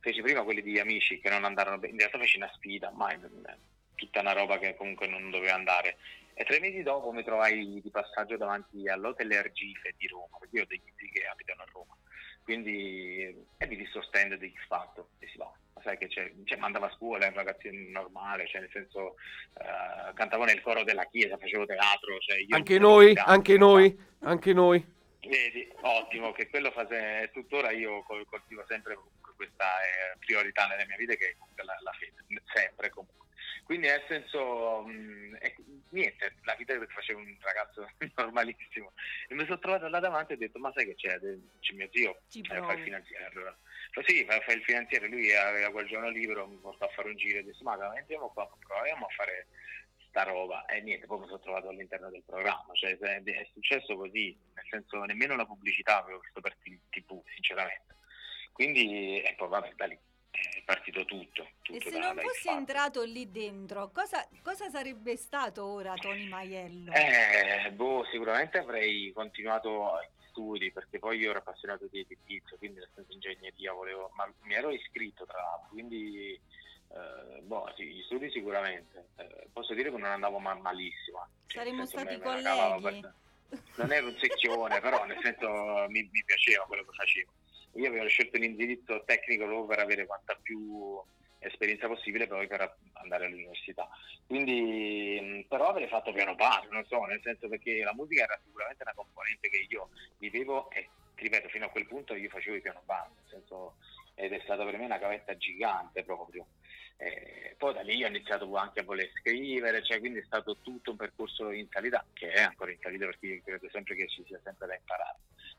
feci prima quelli di amici che non andarono bene, in realtà feci una sfida, ma tutta una roba che comunque non doveva andare. E 3 mesi dopo mi trovai di passaggio davanti all'Hotel Ergife di Roma, perché io ho degli zii che abitano a Roma. Quindi mi visto lo stand di X Factor e si va. Ma sai che mandava a scuola, era un ragazzino normale, cioè nel senso cantavo nel coro della chiesa, facevo teatro. Cioè io anche noi. Vedi, ottimo, che quello tuttora io coltivo sempre questa priorità nella mia vita, che è comunque la fede, sempre comunque. Quindi nel senso, niente, la vita che facevo un ragazzo normalissimo. E mi sono trovato là davanti e ho detto, ma sai che c'è mio zio, fa il finanziere. Allora, sì, fa il finanziere, lui aveva quel giorno libero, mi portò a fare un giro e disse, ma andiamo qua, proviamo a fare sta roba. E niente, poi mi sono trovato all'interno del programma, cioè è successo così, nel senso nemmeno la pubblicità avevo visto per TV, sinceramente. Quindi, poi vabbè, da lì è partito tutto e se non fossi entrato lì dentro, cosa sarebbe stato ora Tony Maiello? Sicuramente avrei continuato gli studi, perché poi io ero appassionato di edilizia, quindi nel senso ingegneria ma mi ero iscritto tra l'altro, quindi sì, gli studi sicuramente. Posso dire che non andavo malissimo. Saremmo stati colleghi. Non ero un secchione, però nel senso mi piaceva quello che facevo. Io avevo scelto l'indirizzo tecnico proprio per avere quanta più esperienza possibile poi per andare all'università. Quindi, però avrei fatto piano passo, non so, nel senso, perché la musica era sicuramente una componente che io vivevo e, ti ripeto, fino a quel punto io facevo i piano passo, nel senso, ed è stata per me una gavetta gigante proprio. Poi da lì ho iniziato anche a voler scrivere, cioè, quindi è stato tutto un percorso in salita, che è ancora in salita, perché io credo sempre che ci sia sempre da imparare.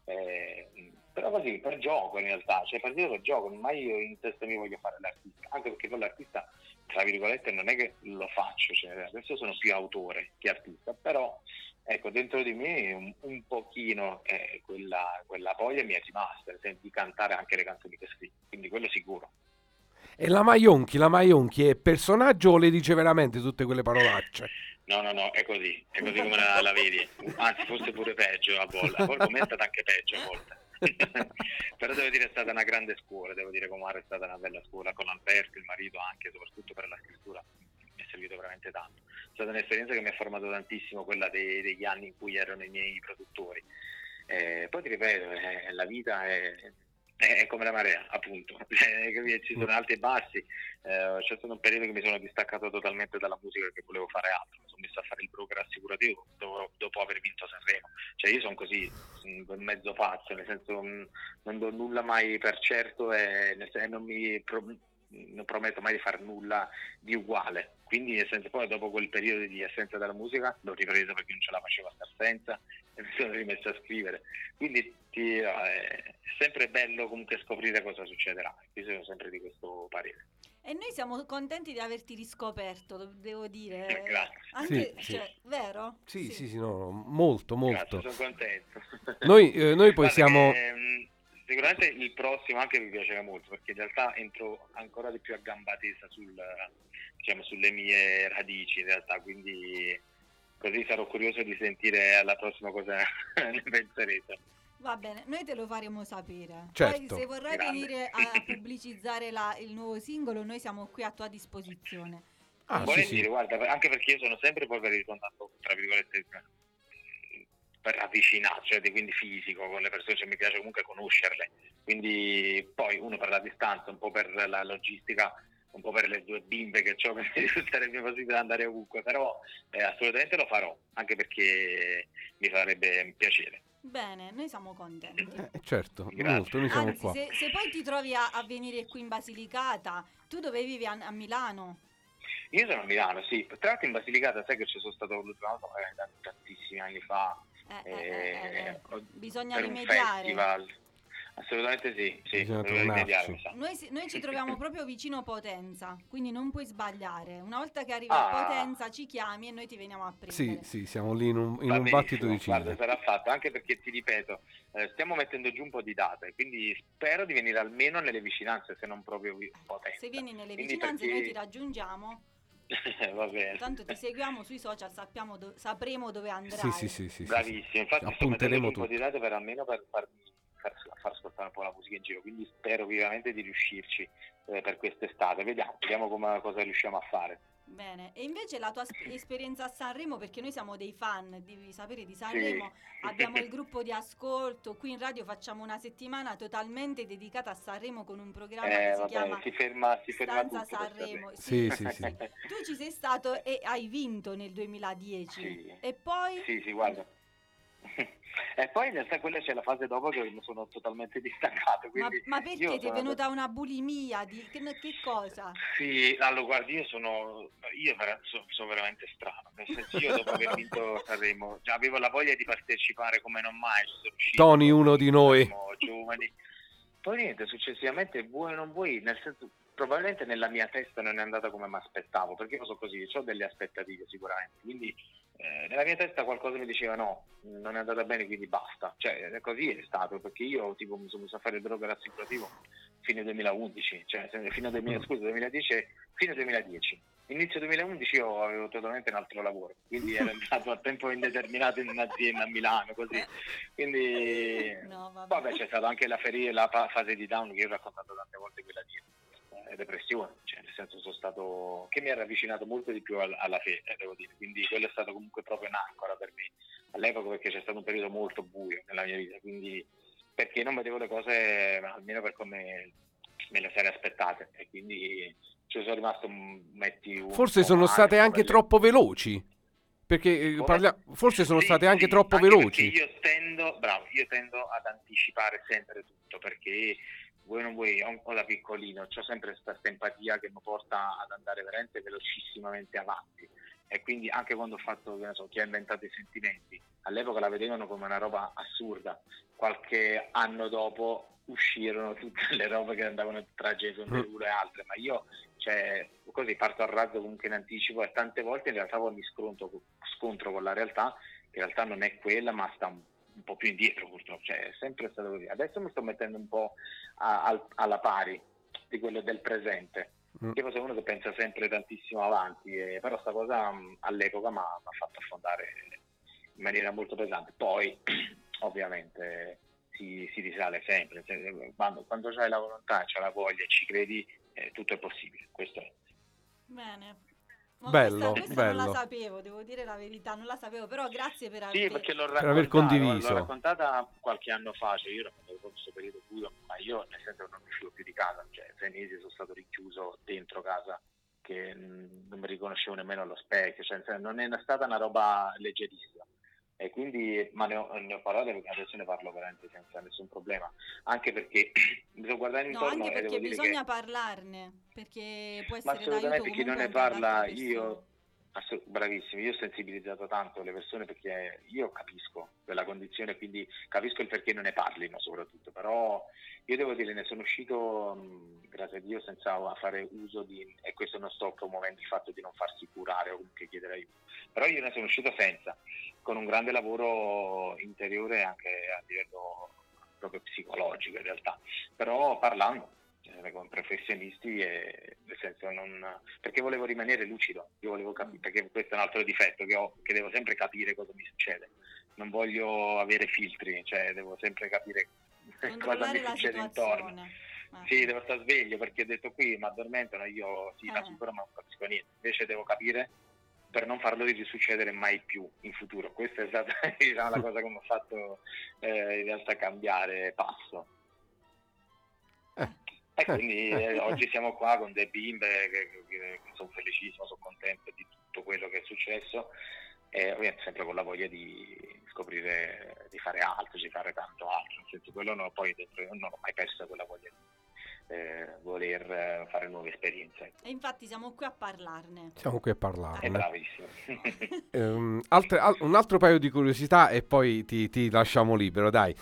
Però così per gioco in realtà, cioè partito per gioco, mai io in testa mi voglio fare l'artista, anche perché con l'artista tra virgolette non è che lo faccio, cioè adesso sono più autore che artista, però ecco, dentro di me un pochino quella voglia mi è rimasta di cantare anche le canzoni che scrivo, quindi quello sicuro. E la Maionchi è personaggio o le dice veramente tutte quelle parolacce? No, è così come la vedi, anzi forse pure peggio a volte come è stata anche peggio a volte. Però devo dire è stata una grande scuola, devo dire come è stata una bella scuola con Alberto, il marito, anche soprattutto per la scrittura, mi è servito veramente tanto. È stata un'esperienza che mi ha formato tantissimo, quella degli anni in cui erano i miei produttori. Poi ti ripeto, la vita è come la marea, appunto, ci sono alti e bassi. C'è stato un periodo che mi sono distaccato totalmente dalla musica, che volevo fare altro, mi sono messo a fare il broker assicurativo dopo aver vinto Sanremo, cioè io sono così mezzo pazzo, nel senso non do nulla mai per certo e non prometto mai di fare nulla di uguale, quindi nel senso, poi dopo quel periodo di assenza dalla musica l'ho ripreso perché non ce la facevo a star senza e mi sono rimesso a scrivere, quindi è sempre bello comunque scoprire cosa succederà, io sono sempre di questo parere. E noi siamo contenti di averti riscoperto, devo dire. Grazie. Anche, sì. Cioè, vero? Sì, no, molto. Grazie, sono contento. Noi poi siamo... Sicuramente il prossimo anche mi piacerà molto, perché in realtà entro ancora di più a gamba tesa sulle mie radici in realtà, quindi così sarò curioso di sentire alla prossima cosa ne penserete. Va bene, noi te lo faremo sapere. Certo. Poi se vorrai venire a pubblicizzare il nuovo singolo, noi siamo qui a tua disposizione. Volentieri, guarda, anche perché io sono sempre poi per il contatto, tra virgolette, per avvicinarci, cioè, quindi fisico con le persone, cioè, mi piace comunque conoscerle, quindi poi uno per la distanza, un po' per la logistica, un po' per le 2 bimbe che ho, per sarebbe possibile andare ovunque, però assolutamente lo farò, anche perché mi farebbe piacere. Bene, noi siamo contenti. Certo, Grazie. molto, noi siamo Anzi, qua. se poi ti trovi a venire qui in Basilicata, tu dove vivi? A Milano? Io sono a Milano, sì. Tra l'altro in Basilicata, sai che ci sono stato l'ultima volta tantissimi anni fa. Bisogna per rimediare. Un festival. Assolutamente sì, rimediare. Noi ci troviamo proprio vicino Potenza, quindi non puoi sbagliare. Una volta che arrivi a Potenza ci chiami e noi ti veniamo a prendere. Sì, siamo lì in un battito di cibo. Guarda, sarà fatto, anche perché ti ripeto, stiamo mettendo giù un po' di date, quindi spero di venire almeno nelle vicinanze, se non proprio Potenza. Se vieni nelle vicinanze noi ti raggiungiamo. Va bene. Tanto ti seguiamo sui social, sapremo dove andrai. Sì. Bravissimo, infatti appunteremo sto mettendo un po' di date per almeno per farmi far ascoltare un po' la musica in giro, quindi spero vivamente di riuscirci per quest'estate, vediamo cosa riusciamo a fare. Bene, e invece la tua esperienza a Sanremo, perché noi siamo dei fan, devi sapere, di Sanremo, sì. Abbiamo il gruppo di ascolto, qui in radio facciamo una settimana totalmente dedicata a Sanremo con un programma che si chiama si ferma Stanza Sanremo. Sì. Tu ci sei stato e hai vinto nel 2010. Sì. E poi? Sì, guarda. E poi in realtà quella c'è la fase dopo che mi sono totalmente distaccato. Ma perché ti è venuta una bulimia? Che cosa? Sì, allora guardi, io sono veramente strano, nel senso, io dopo aver vinto Sanremo avevo la voglia di partecipare come non mai, ci sono uscito, Tony, uno di noi, giovani. Poi niente, successivamente vuoi o non vuoi, nel senso, probabilmente nella mia testa non è andata come mi aspettavo, perché io sono così, ho delle aspettative sicuramente, quindi nella mia testa qualcosa mi diceva no, non è andata bene, quindi basta, cioè così è stato, perché io tipo mi sono messo a fare il droga assicurativo fine 2011, cioè fino 2010, fine 2010. Inizio 2011 io avevo totalmente un altro lavoro, quindi ero entrato a tempo indeterminato in un'azienda a Milano, così. Quindi vabbè, c'è stata anche la fase di down che io ho raccontato tante volte, quella di depressione, cioè nel senso sono stato, che mi era avvicinato molto di più alla fede, devo dire, quindi quello è stato comunque proprio un'ancora per me all'epoca, perché c'è stato un periodo molto buio nella mia vita, quindi perché non vedevo le cose almeno per come me le sarei aspettate, e quindi ci sono rimasto forse sono state anche troppo veloci, perché forse sono state anche troppo veloci. Io tendo ad anticipare sempre tutto, perché vuoi o non vuoi, ho da piccolino, c'ho sempre questa empatia che mi porta ad andare veramente velocissimamente avanti, e quindi anche quando ho fatto, chi ha inventato i sentimenti, all'epoca la vedevano come una roba assurda, qualche anno dopo uscirono tutte le robe che andavano tra Jason Derulo e altre, ma io così parto al razzo comunque in anticipo, e tante volte in realtà poi mi scontro con la realtà, che in realtà non è quella, ma sta un po' più indietro purtroppo, cioè è sempre stato così. Adesso mi sto mettendo un po' alla pari di quello del presente. Io sono uno che pensa sempre tantissimo avanti, però sta cosa all'epoca mi ha fatto affondare in maniera molto pesante. Poi ovviamente si risale sempre, quando c'hai la volontà, c'hai la voglia, ci credi, tutto è possibile, questo è. Bene. Bello. Non la sapevo, devo dire la verità, non la sapevo, però grazie per aver condiviso. L'ho raccontata qualche anno fa, cioè io raccontavo questo periodo buio, ma io nel senso non uscivo più di casa, cioè 6 mesi sono stato rinchiuso dentro casa, che non mi riconoscevo nemmeno allo specchio, cioè non è stata una roba leggerissima. E quindi ne ho parlato, perché adesso ne parlo veramente senza nessun problema, anche perché bisogna guardare intorno, anche perché bisogna parlarne, perché può essere d'aiuto. Assolutamente, chi non ne parla, bravissimo, io ho sensibilizzato tanto le persone, perché io capisco quella condizione, quindi capisco il perché non ne parlino soprattutto, però io devo dire, ne sono uscito grazie a Dio senza fare uso e questo non sto promuovendo il fatto di non farsi curare o comunque chiedere aiuto, però io ne sono uscito senza, con un grande lavoro interiore anche a livello proprio psicologico in realtà, però parlando con professionisti, e nel senso perché volevo rimanere lucido, io volevo capire, perché questo è un altro difetto che ho, che devo sempre capire cosa mi succede, non voglio avere filtri, cioè devo sempre capire cosa mi succede intorno. Sì, devo stare sveglio, perché ho detto qui mi addormentano, io capisco, ma non capisco niente, invece devo capire per non farlo risuccedere mai più in futuro. Questa è stata la cosa che mi ha fatto in realtà cambiare passo. E quindi oggi siamo qua con delle bimbe che sono felicissimo, sono contento di tutto quello che è successo, e ovviamente sempre con la voglia di scoprire, di fare altro, di fare tanto altro, nel senso, quello non ho mai perso quella voglia di voler fare nuove esperienze. E infatti siamo qui a parlarne. È bravissimo. Un altro paio di curiosità e poi ti lasciamo libero, dai.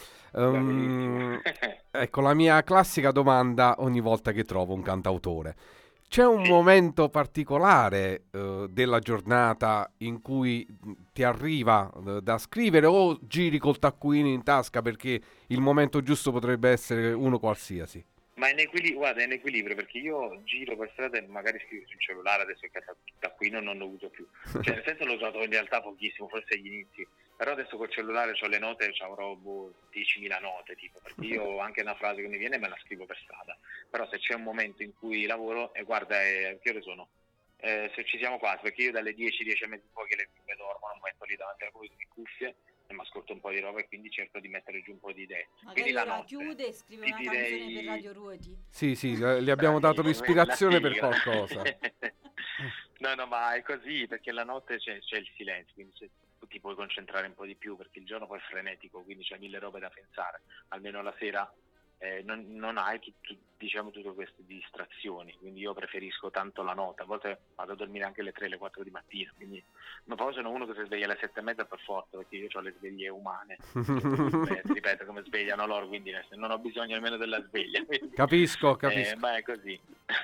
Ecco, la mia classica domanda ogni volta che trovo un cantautore: c'è un momento particolare della giornata in cui ti arriva da scrivere, o giri col taccuino in tasca perché il momento giusto potrebbe essere uno qualsiasi? Ma è in equilibrio, perché io giro per strada e magari scrivo sul cellulare, adesso che da qui non ho usato più, cioè nel senso l'ho usato in realtà pochissimo, forse agli inizi, Però adesso col cellulare ho le note, avrò 10.000 note, tipo, perché io anche una frase che mi viene me la scrivo per strada. Però se c'è un momento in cui lavoro, e guarda, che ore sono? Se ci siamo quasi, perché io dalle 10 e mezza in poi che le dormo, non metto lì davanti alla cuffie e mi ascolto un po' di roba e quindi cerco di mettere giù un po' di idee. Magari ora chiude e scrive una canzone per Radio Ruoti. Sì, gli abbiamo dato l'ispirazione per qualcosa. No, ma è così, perché la notte c'è il silenzio, quindi ti puoi concentrare un po' di più, perché il giorno poi è frenetico, quindi c'è 1000 robe da pensare, almeno la sera non hai diciamo tutte queste distrazioni, quindi io preferisco tanto la notte, a volte vado a dormire anche alle 3, alle 4 di mattina, quindi, ma poi sono uno che si sveglia alle 7:30 per forza, perché io ho le sveglie umane, ripeto, come svegliano loro, quindi non ho bisogno nemmeno della sveglia. Quindi, capisco. Ma è così.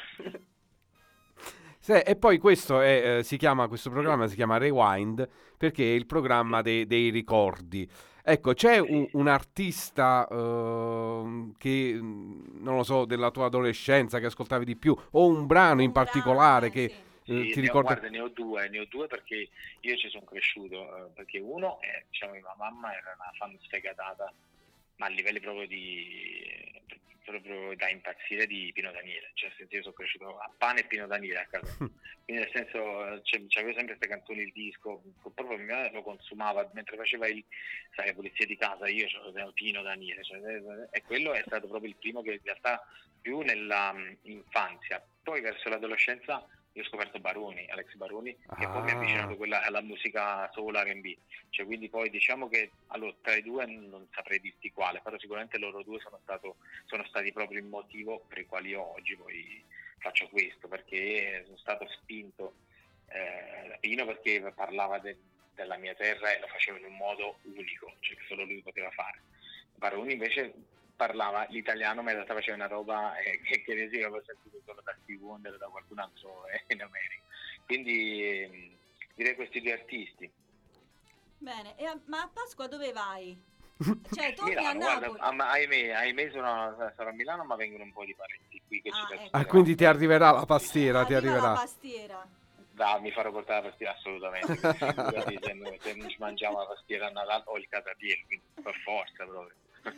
E poi questo questo programma si chiama Rewind, perché è il programma dei ricordi. Ecco, c'è un artista che, non lo so, della tua adolescenza che ascoltavi di più, o un brano in particolare che sì, ti ricorda? Guarda, ne ho due perché io ci sono cresciuto, perché uno è, diciamo, mia mamma era una fan sfegatata, ma a livelli proprio da impazzire di Pino Daniele, cioè io sono cresciuto a pane e Pino Daniele a casa, quindi nel senso c'avevo sempre queste canzoni, il disco, proprio mia madre lo consumava mentre faceva la pulizia di casa, io c'avevo Pino Daniele, e quello è stato proprio il primo che in realtà più nella infanzia, poi verso l'adolescenza io ho scoperto Alex Baroni, che poi mi ha avvicinato alla musica soul R&B, cioè quindi poi diciamo che allora, tra i due non saprei dirti quale, però sicuramente loro due sono stati proprio il motivo per il quale io oggi poi faccio questo, perché sono stato spinto da Pino perché parlava della mia terra e lo faceva in un modo unico, cioè che solo lui poteva fare. Baroni invece parlava l'italiano, ma in realtà faceva una roba che ne si avevo sentito solo da Steve Wonder o da qualcun altro in America. Quindi direi questi due artisti. Bene, ma a Pasqua dove vai? Cioè torni Milano, a Napoli? Guarda, ahimè sarò a Milano, ma vengono un po' di parenti qui che ci quindi ti arriverà la pastiera, ti arriverà. La pastiera. Mi farò portare la pastiera assolutamente. Se non ci mangiamo la pastiera a Natale o il catapieno, quindi per forza proprio.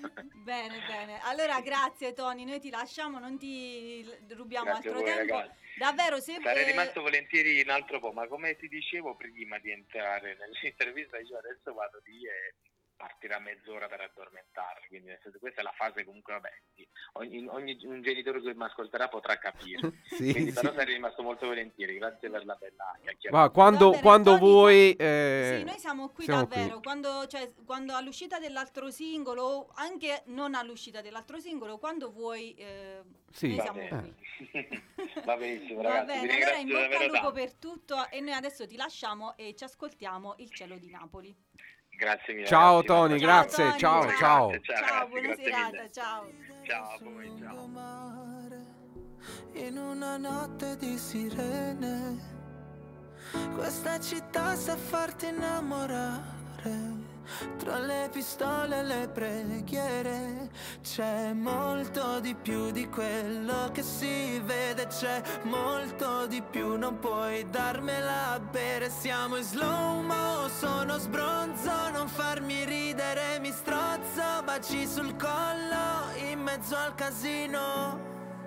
Bene, allora grazie Tony, noi ti lasciamo, non ti rubiamo altro tempo, ragazzi. Davvero sarei rimasto volentieri un altro po', ma come ti dicevo prima di entrare nell'intervista, io adesso vado lì e partirà mezz'ora per addormentarmi, quindi questa è la fase comunque, vabbè, un genitore che mi ascolterà potrà capire. Quindi però sarei rimasto molto volentieri, grazie per la bella chiacchierata. Quando vuoi sì, noi siamo qui davvero qui. Quando all'uscita dell'altro singolo, o anche non all'uscita dell'altro singolo, quando vuoi noi siamo qui. Va benissimo, ragazzi. Va bene, allora in bocca al lupo per tutto, e noi adesso ti lasciamo e ci ascoltiamo Il cielo di Napoli. Grazie mille. Ciao ragazzi, Tony, grazie. Tony, ciao. Ragazzi, buona serata, ciao. Ciao a voi, ciao. In una notte di sirene, questa città sa farti innamorare. Tra le pistole e le preghiere c'è molto di più di quello che si vede, c'è molto di più, non puoi darmela a bere. Siamo in slow-mo, sono sbronzo, non farmi ridere, mi strozzo, baci sul collo in mezzo al casino.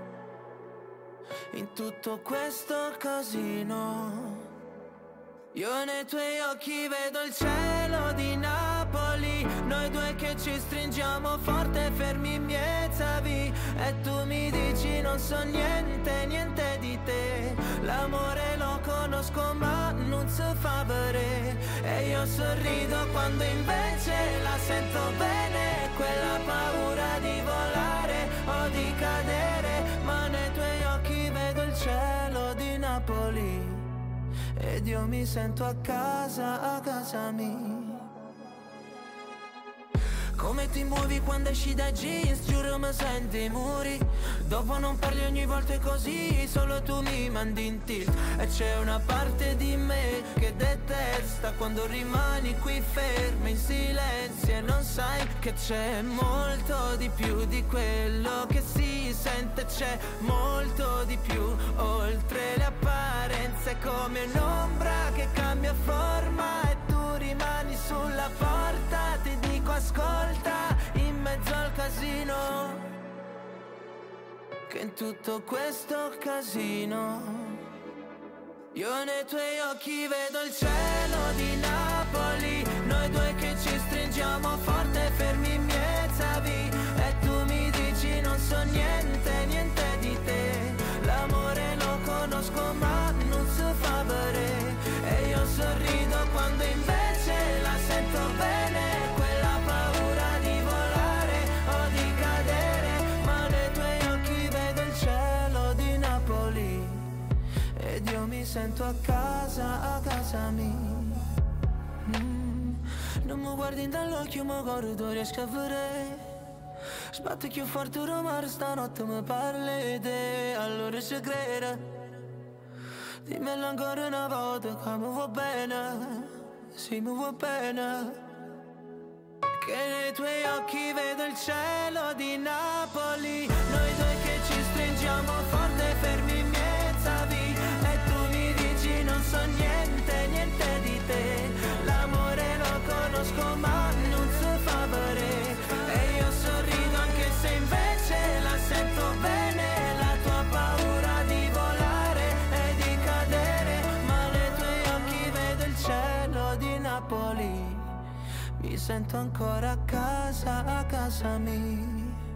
In tutto questo casino io nei tuoi occhi vedo il cielo di Napoli, noi due che ci stringiamo forte fermi in mezzavi, e tu mi dici non so niente di te, l'amore lo conosco ma non so favore, e io sorrido quando invece la sento bene, quella paura di volare o di cadere, ma nei tuoi occhi vedo il cielo di Napoli ed io mi sento a casa mia. Come ti muovi quando esci dai jeans, giuro mi senti i muri. Dopo non parli ogni volta così, solo tu mi mandi in tilt. E c'è una parte di me che detesta quando rimani qui ferma in silenzio e non sai che c'è molto di più di quello che si sente. C'è molto di più, oltre le apparenze, come un'ombra che cambia forma e tu rimani mani sulla porta, ti dico ascolta, in mezzo al casino, che in tutto questo casino io nei tuoi occhi vedo il cielo di Napoli, noi due che ci stringiamo forte, fermi in mezzavi, e tu mi dici non so niente, niente di te, l'amore lo conosco ma non si fa vedere, e io sorrido quando invece la sento bene, quella paura di volare o di cadere, ma nei tuoi occhi vedo il cielo di Napoli, ed io mi sento a casa mia. Non mi guardi dall'occhio, ma corrido riesco a vedere. Sbatto più forte rumore, stanotte mi parli di te, allora se crede. Dimmelo ancora una volta che mi va bene, sì mi va bene. Che nei tuoi occhi vedo il cielo di Napoli, noi due che ci stringiamo forte, fermi in mezzavi, e tu mi dici non so niente, niente di te, l'amore lo conosco ma non si fa vedere, e io sorrido anche se invece la sento bene, la tua paura di volare e di cadere, ma nei tuoi occhi vedo il cielo di Napoli, mi sento ancora a casa mia.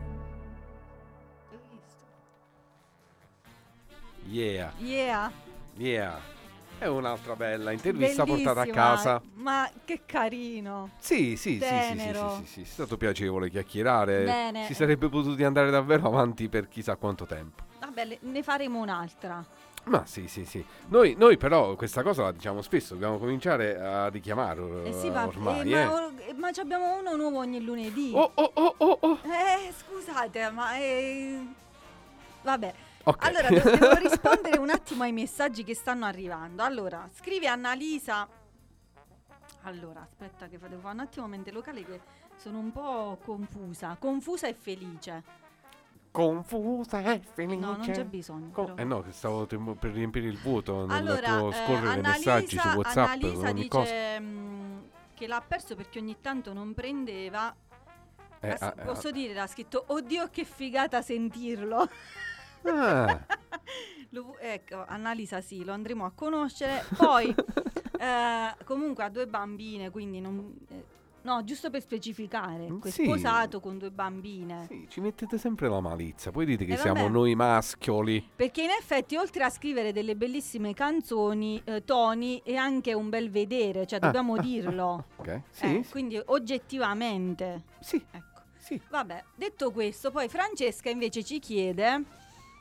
Yeah. È un'altra bella intervista Bellissima, portata a casa. Ma che carino. Sì, Tenero. è stato piacevole chiacchierare. Bene. Si sarebbe potuti andare davvero avanti per chissà quanto tempo. Vabbè, ne faremo un'altra. Ma sì. Noi però questa cosa la diciamo spesso, dobbiamo cominciare a richiamare ormai. Ma ci abbiamo uno nuovo ogni lunedì. Oh. Scusate, ma vabbè. Okay. Allora, devo rispondere un attimo ai messaggi che stanno arrivando. Allora, scrive Annalisa. Allora, aspetta che devo fare un attimo mente locale, che sono un po' confusa e felice. Confusa e felice. No, non c'è bisogno. No, che stavo per riempire il vuoto nel Allora, tuo scorrere messaggi su WhatsApp. Annalisa dice che l'ha perso perché ogni tanto non prendeva. Posso dire, l'ha scritto: oddio che figata sentirlo. Ecco, Annalisa sì, lo andremo a conoscere. Poi comunque ha 2 bambine, quindi no, giusto per specificare, sposato con 2 bambine. Sì, ci mettete sempre la malizia. Poi dite che siamo noi maschioli. Perché in effetti, oltre a scrivere delle bellissime canzoni, Tony è anche un bel vedere, cioè dobbiamo dirlo. Ok, sì. Quindi oggettivamente. Sì. Ecco. Sì. Vabbè, detto questo, poi Francesca invece ci chiede: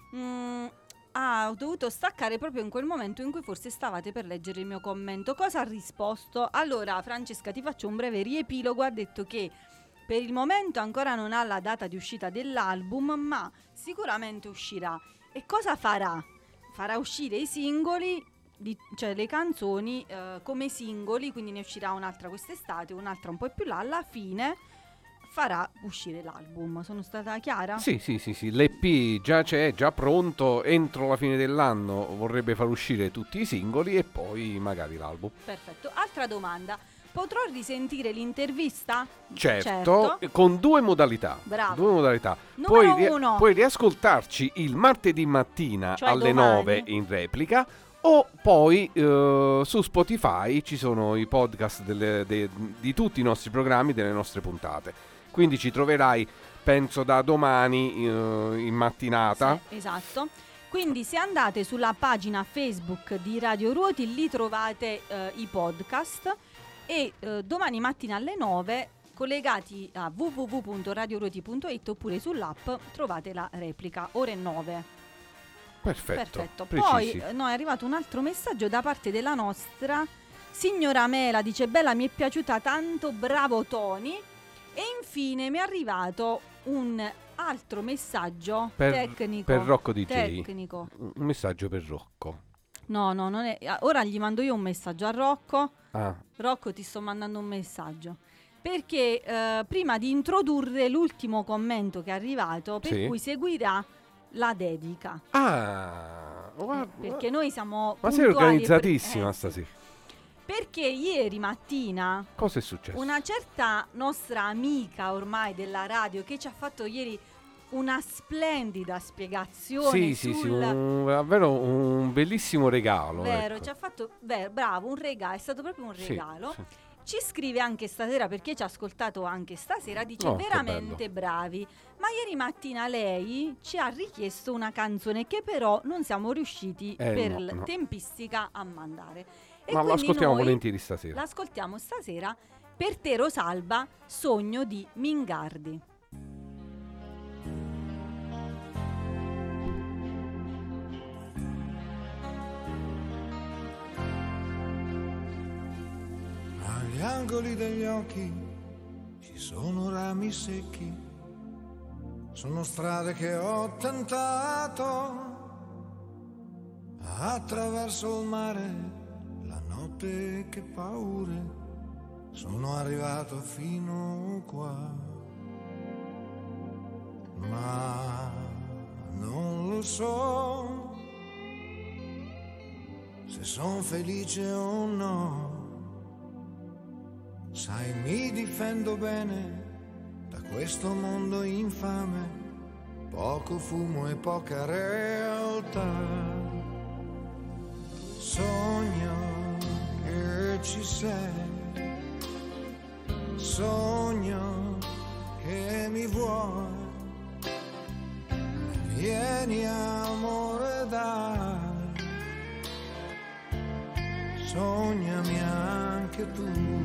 ho dovuto staccare proprio in quel momento in cui forse stavate per leggere il mio commento. Cosa ha risposto? Allora, Francesca, ti faccio un breve riepilogo. Ha detto che per il momento ancora non ha la data di uscita dell'album, ma sicuramente uscirà. E cosa farà? Farà uscire i singoli, cioè le canzoni come singoli, quindi ne uscirà un'altra quest'estate, un'altra un po' più là. Alla fine farà uscire l'album. Sono stata chiara? Sì. L'EP già c'è, già pronto. Entro la fine dell'anno vorrebbe far uscire tutti i singoli e poi magari l'album. Perfetto. Altra domanda: potrò risentire l'intervista? Certo. Con 2 modalità. Bravo. 2 modalità. Numero 1. Puoi riascoltarci il martedì mattina, cioè alle domani, 9 in replica. O poi su Spotify ci sono i podcast di tutti i nostri programmi, delle nostre puntate. Quindi ci troverai, penso, da domani in mattinata. Sì, esatto. Quindi se andate sulla pagina Facebook di Radio Ruoti, lì trovate i podcast, e domani mattina alle 9, collegati a www.radioruoti.it, oppure sull'app trovate la replica, ore 9. Perfetto. Poi è arrivato un altro messaggio da parte della nostra signora Mela. Dice: bella, mi è piaciuta tanto, bravo Tony. E infine mi è arrivato un altro messaggio tecnico. Per Rocco DJ. Tecnico. Un messaggio per Rocco. No, non è. Ora gli mando io un messaggio a Rocco. Rocco, ti sto mandando un messaggio. Perché prima di introdurre l'ultimo commento che è arrivato, per cui seguirà la dedica. Guarda, perché noi siamo ma sei organizzatissima stasera. Perché ieri mattina cosa è successo? Una certa nostra amica ormai della radio che ci ha fatto ieri una splendida spiegazione sì, davvero un bellissimo regalo. Vero, ecco. ci ha fatto bravo, un regalo, è stato proprio un regalo. Sì. Ci scrive anche stasera, perché ci ha ascoltato anche stasera, dice veramente bravi. Ma ieri mattina lei ci ha richiesto una canzone che però non siamo riusciti per tempistica a mandare. Ma lo ascoltiamo volentieri stasera. L'ascoltiamo stasera per te, Rosalba, Sogno di Mingardi. Agli angoli degli occhi ci sono rami secchi, sono strade che ho tentato, attraverso il mare, la notte che paure, sono arrivato fino qua, ma non lo so se son felice o no. Sai, mi difendo bene da questo mondo infame, poco fumo e poca realtà. Sogno che ci sei, sogno che mi vuoi, vieni amore dai, sognami anche tu.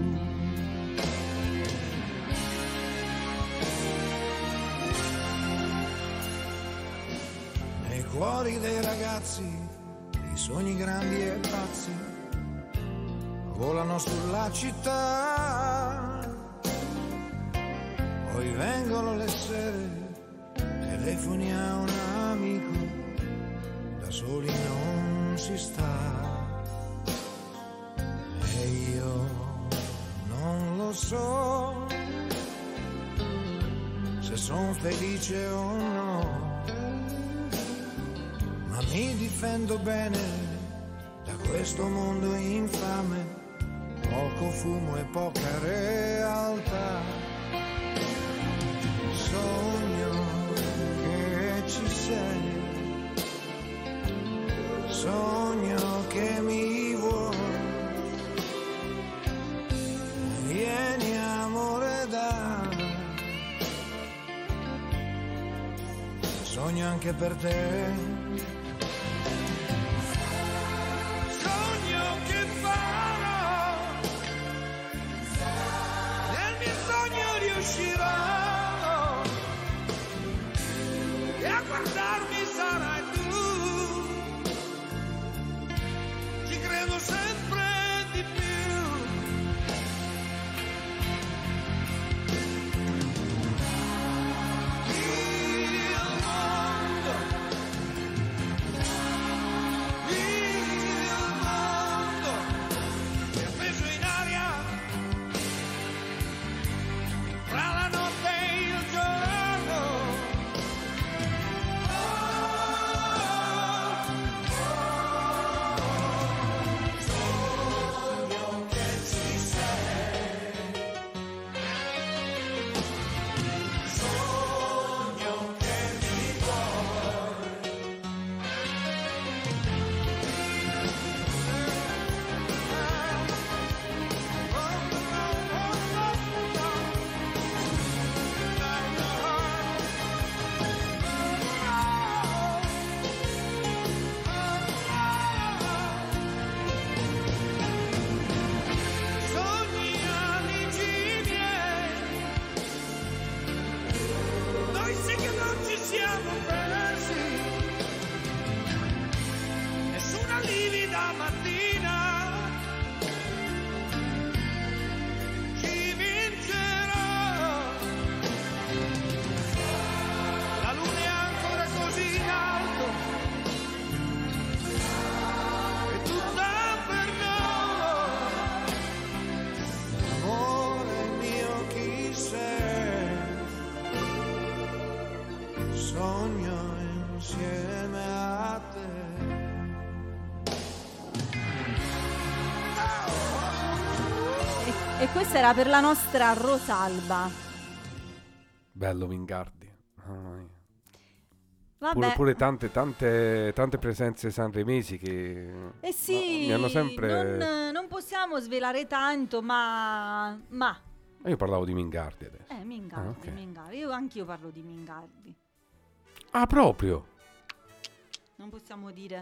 Nei cuori dei ragazzi, i sogni grandi e pazzi volano sulla città, poi vengono le sere, telefoni a un amico, da soli non si sta, e io non lo so se son felice o no, ma mi difendo bene da questo mondo infame, poco fumo e poca realtà. Sogno che ci sei, sogno che mi vuoi, vieni amore dai, sogno anche per te. Riuscirò e a guardarmi sarai tu, ci credo sempre di più. Il mondo è appeso in aria, fra la notte E questa era per la nostra Rosalba. Bello Mingardi. Mamma mia. Vabbè. Pure tante presenze sanremesi che sì, mi hanno sempre... non possiamo svelare tanto, ma... Io parlavo di Mingardi adesso. Mingardi, okay. Mingardi. Anch'io parlo di Mingardi. Ah, proprio? Non possiamo dire.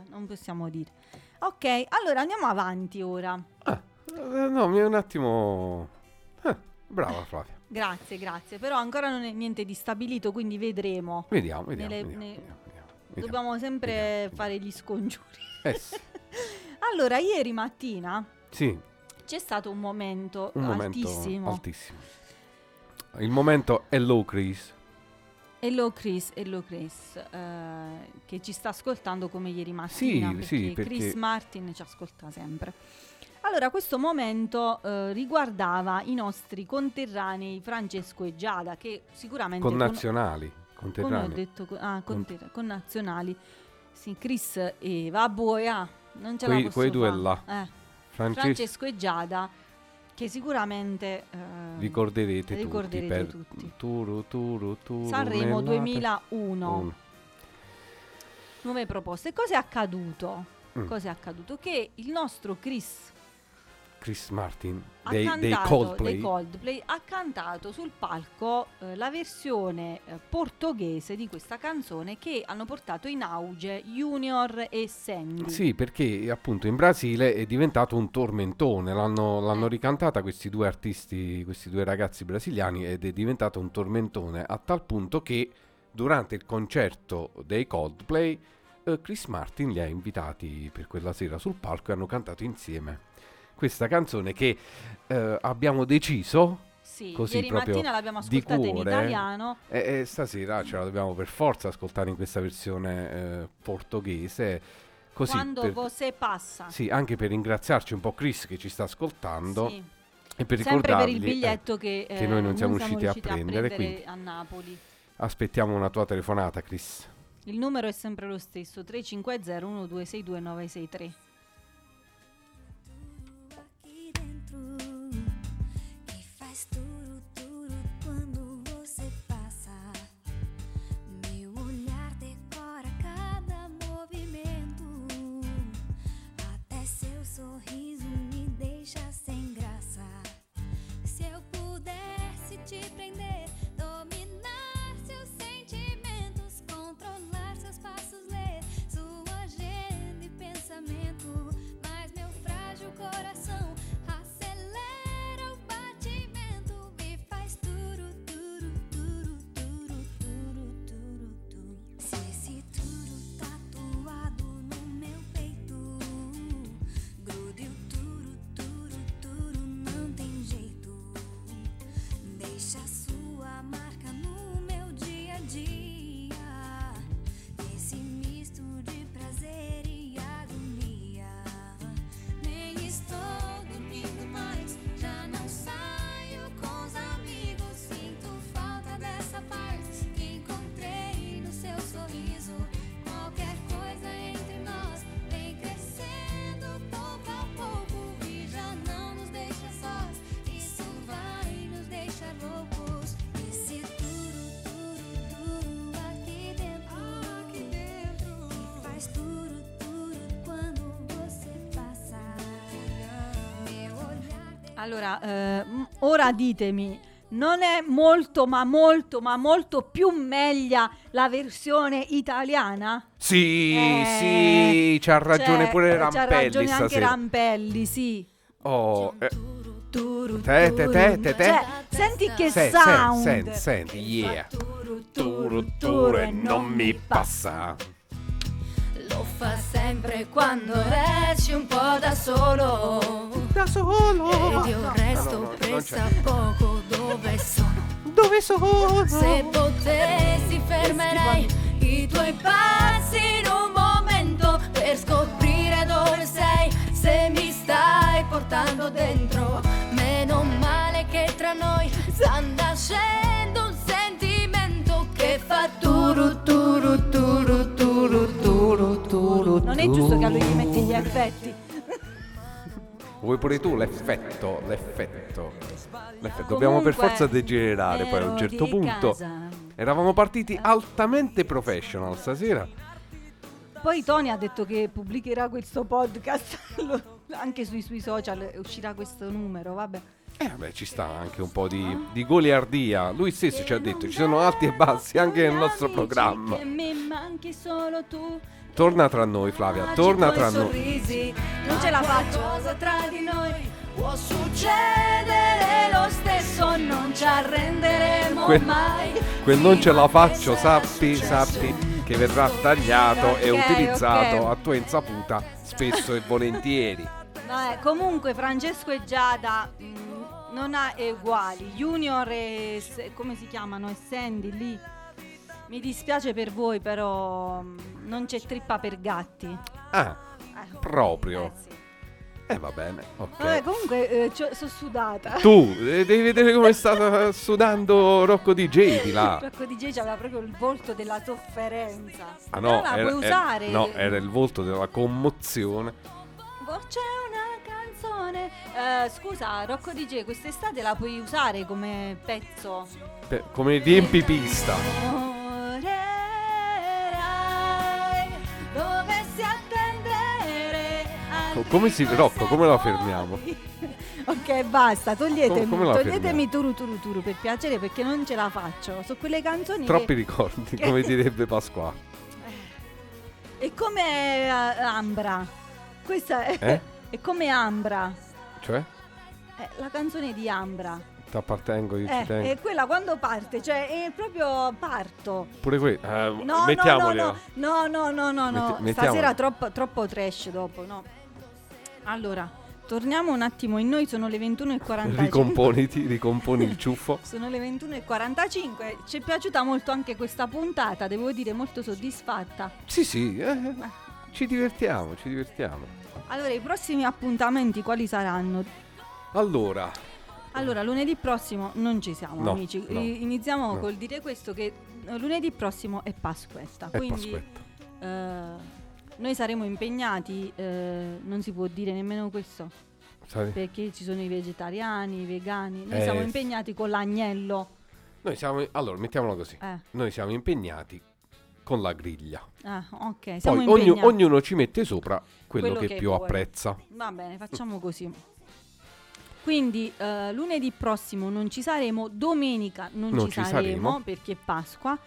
Ok, allora andiamo avanti ora. No, mi è un attimo... brava Flavia. Grazie, però ancora non è niente di stabilito, quindi vedremo. Vediamo. Dobbiamo sempre fare gli scongiuri. Sì. Allora, ieri mattina sì, c'è stato un momento altissimo. Il momento Hello Chris. Hello Chris, che ci sta ascoltando come ieri mattina, perché Chris Martin ci ascolta sempre. Allora, questo momento riguardava i nostri conterranei Francesco e Giada, che sicuramente... Connazionali. Come ho detto, connazionali. Sì, Chris e Vabbè, non ce la posso quei due fare. là. Francesco e Giada, che sicuramente ricorderete tutti. Turu, Sanremo 2001. Nuove proposte. Cos'è accaduto? Che il nostro Chris Martin dei Coldplay ha cantato sul palco la versione portoghese di questa canzone che hanno portato in auge Junior e Sandy. Sì, perché appunto in Brasile è diventato un tormentone, l'hanno ricantata questi due artisti, questi due ragazzi brasiliani, ed è diventato un tormentone a tal punto che durante il concerto dei Coldplay Chris Martin li ha invitati per quella sera sul palco e hanno cantato insieme questa canzone che abbiamo deciso, così ieri mattina l'abbiamo ascoltata in italiano e stasera ce la dobbiamo per forza ascoltare in questa versione portoghese, così quando você passa. Sì, anche per ringraziarci un po' Chris che ci sta ascoltando, e per sempre ricordargli per il biglietto che noi non siamo riusciti a prendere, quindi a Napoli. Aspettiamo una tua telefonata, Chris. Il numero è sempre lo stesso, 350 1262 963. Sorriso me deixa sem graça. Se eu pudesse te prender, dominar seus sentimentos, controlar seus passos, ler sua agenda e pensamento. Mas meu frágil coração acelera o batimento, me faz turu, turu, turu, turu, turu, turu, turu. Se esse turu tatuado no meu peito, grude o turu, turu, turu, não tem jeito. Deixa sua marca no meu dia a dia, esse misto de prazer e agonia. Nem estou dormindo mais, já não saio com os amigos. Sinto falta dessa paz que encontrei no seu sorriso. Qualquer coisa entre nós vem crescendo pouco a pouco e já não nos deixa sós. Isso vai nos deixar loucos. Esse turu, turu, turu aqui dentro, me faz turu, turu quando você passa. Meu olhar. Allora, ora ditemi, non è molto più meglio la versione italiana? Sì, c'ha ragione pure Rampelli. C'ha ragione anche stasera. Rampelli, sì. Oh, Turu, te. Cioè, senti che sound. Senti, yeah. Turu e non mi passa. Lo fa sempre quando resti un po' da solo. Ed io resto non presa c'è. poco. Dove sono? Se potessi fermerei i tuoi passi in un momento per scoprire dove sei. Se mi stai portando dentro, meno male che tra noi sta nascendo un sentimento che fa turu turu turu turu turu turu. Non è giusto che a lui gli metti gli effetti. Vuoi pure tu l'effetto. Dobbiamo per forza degenerare poi a un certo punto. Eravamo partiti altamente professional stasera. Poi Tony ha detto che pubblicherà questo podcast anche sui suoi social, uscirà questo numero, vabbè. Vabbè, ci sta anche un po' di goliardia. Lui stesso ci ha detto, ci sono alti e bassi anche nel nostro programma. Che mi manchi solo tu. Torna tra noi, Flavia, torna tra noi. Sorrisi, non ce la faccio. Cosa tra di noi può succedere lo stesso, non ci arrenderemo mai. Quel non ce la faccio, sappi che verrà tagliato e utilizzato a tua insaputa spesso e volentieri. Comunque Francesco e Giada non ha uguali. Junior e come si chiamano? E Sandy lì. Mi dispiace per voi, però non c'è trippa per gatti. Proprio. Sì. Va bene, ok. Vabbè, comunque sono sudata. Tu devi vedere come sta sudando Rocco DJ di là. Rocco DJ aveva proprio il volto della sofferenza. No, la puoi usare. No, era il volto della commozione. C'è una canzone. Scusa, Rocco DJ, quest'estate la puoi usare come pezzo? Come riempipista. Dovessi attendere. Rocco, come la fermiamo? Ok, basta, toglietemi fermiamo? turu per piacere, perché non ce la faccio. Su quelle canzoni troppi ricordi, come direbbe Pasquale. È come Ambra. Questa è come Ambra. Cioè? La canzone di Ambra. T'appartengo, io ci tengo. È quella quando parte, cioè è proprio parto. Pure qui. No, mettiamoli. No. Stasera troppo trash dopo, no. Allora, torniamo un attimo in noi, sono le 21:45. Ricomponi il ciuffo. Sono le 21:45. Ci è piaciuta molto anche questa puntata, devo dire, molto soddisfatta. Sì, ci divertiamo. Allora, i prossimi appuntamenti quali saranno? Allora, lunedì prossimo non ci siamo, no, amici. no, Iniziamo no. col dire questo, che lunedì prossimo è Pasquetta. Quindi noi saremo impegnati, non si può dire nemmeno questo, perché ci sono i vegetariani, i vegani. Noi siamo impegnati con l'agnello. Allora, mettiamolo così. Noi siamo impegnati con la griglia. Ok. Poi ognuno ci mette sopra quello che più vuole. apprezza. Va bene, facciamo così. Quindi lunedì prossimo non ci saremo, domenica non ci saremo perché è Pasqua,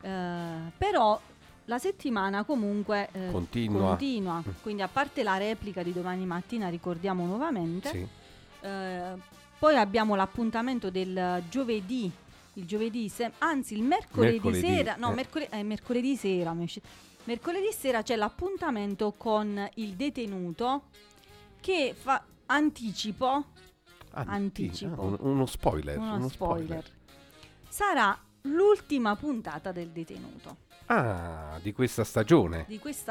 però la settimana comunque continua. Quindi a parte la replica di domani mattina, ricordiamo nuovamente, poi abbiamo l'appuntamento del giovedì, il mercoledì sera, mercoledì sera. Mercoledì sera c'è l'appuntamento con il detenuto che fa anticipo. Uno spoiler. Sarà l'ultima puntata del detenuto. Di questa stagione.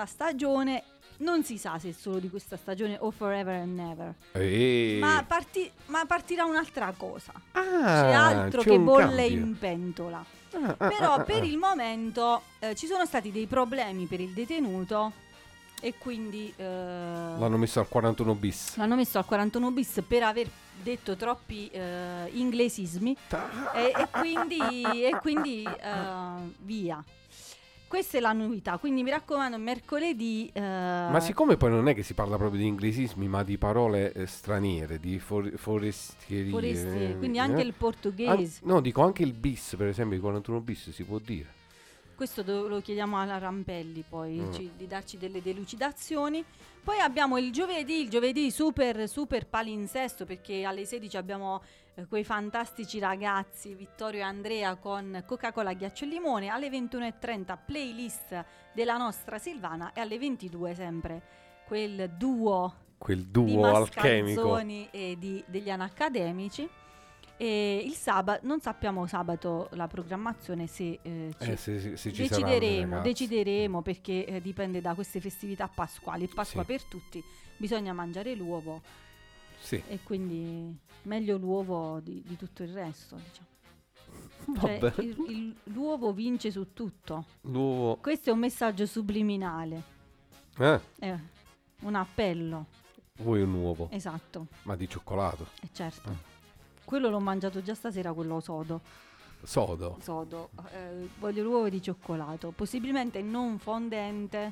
Non si sa se è solo di questa stagione o forever and never. Ma partirà un'altra cosa. C'è altro che bolle in pentola. Però per il momento ci sono stati dei problemi per il detenuto e quindi l'hanno messo al 41 bis. Per aver detto troppi inglesismi e quindi via. Questa è la novità, quindi mi raccomando, mercoledì. Ma siccome poi non è che si parla proprio di inglesismi, ma di parole straniere, di forestierie. Quindi anche il portoghese. No, dico anche il bis, per esempio, il 41 bis si può dire. Questo lo chiediamo alla Rampelli poi di darci delle delucidazioni. Poi abbiamo il giovedì super palinsesto, perché alle 16 abbiamo quei fantastici ragazzi Vittorio e Andrea con Coca-Cola, ghiaccio e limone. Alle 21:30 playlist della nostra Silvana, e alle 22 sempre quel duo di alchemico e degli Anacademici. E il sabato, non sappiamo sabato la programmazione, se ci decideremo perché dipende da queste festività pasquali. Pasqua per tutti, bisogna mangiare l'uovo, e quindi meglio l'uovo di tutto il resto, diciamo. Cioè, l'uovo vince su tutto. Questo è un messaggio subliminale, un appello. Vuoi un uovo? Esatto. Ma di cioccolato? Certo. Quello l'ho mangiato già stasera, quello sodo. Sodo? Sodo. Voglio l'uovo di cioccolato, possibilmente non fondente.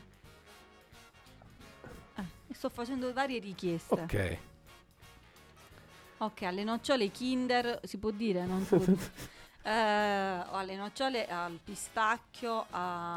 Sto facendo varie richieste. Ok, alle nocciole Kinder, si può dire? Non si può dire. Alle nocciole, al pistacchio,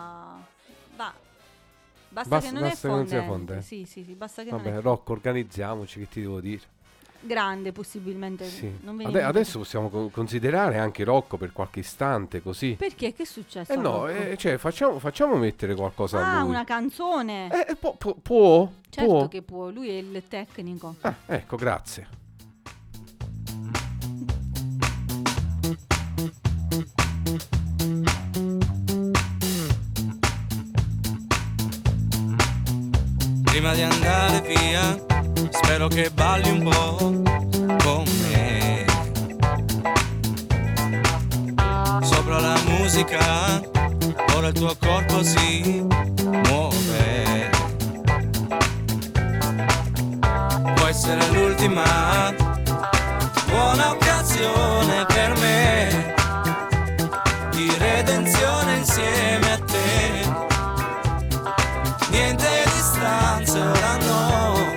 basta che non è fondente. Sì, basta che non è. Rocco, organizziamoci, che ti devo dire. Grande, possibilmente. Sì. Adesso possiamo considerare anche Rocco per qualche istante, così. Perché? Che è successo? Cioè, facciamo mettere qualcosa a lui. Una canzone. Può? Certo che può, lui è il tecnico. Ecco, grazie. Prima di andare via, spero che balli un po' con me. Sopra la musica, ora il tuo corpo si muove. Può essere l'ultima buona occasione per me di redenzione insieme a te. Niente distanze ora no.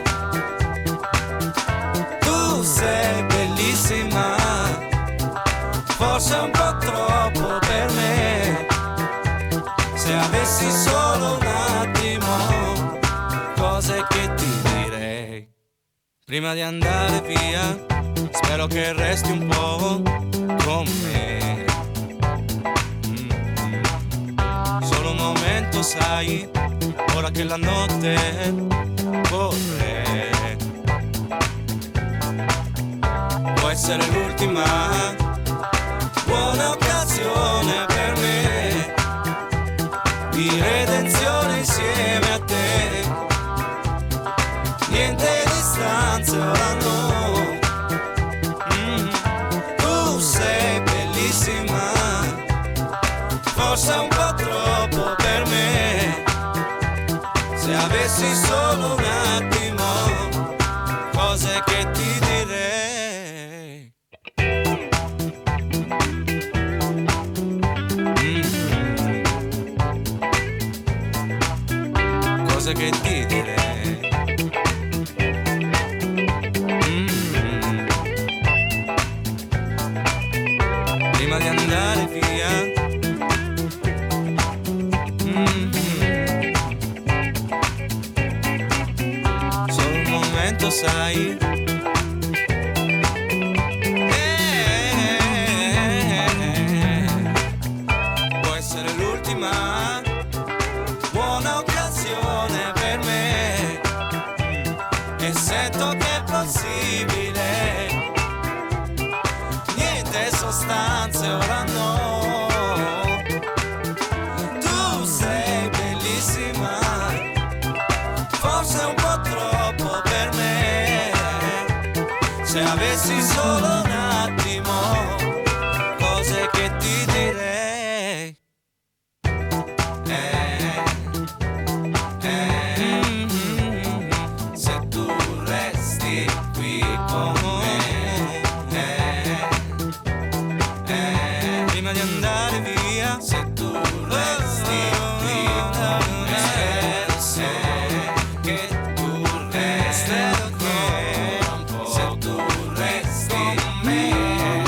Tu sei bellissima, forse un po' troppo per me. Se avessi solo un attimo, cose che ti direi. Prima di andare via, spero che resti un po' con me. Solo un momento, sai, ora che la notte corre. Può essere l'ultima buona occasione per me di redenzione insieme a te. Niente distanze ora no. Tu sei bellissima, forse un po' troppo per me. Se avessi solo un attimo, cose che ti direi. Cose che ti direi. Prima di andare via, solo un momento, sai. Può essere l'ultima buona occasione per me. E sento che è possibile. Niente sostanze ora no. Tu sei bellissima, forse un po' troppo per me. Se avessi solo un attimo, cose che ti direi. Se tu resti qui con me. Prima di andare via, se tu resti qui con me. Spero che tu resti ancora un po'. Se tu resti con me.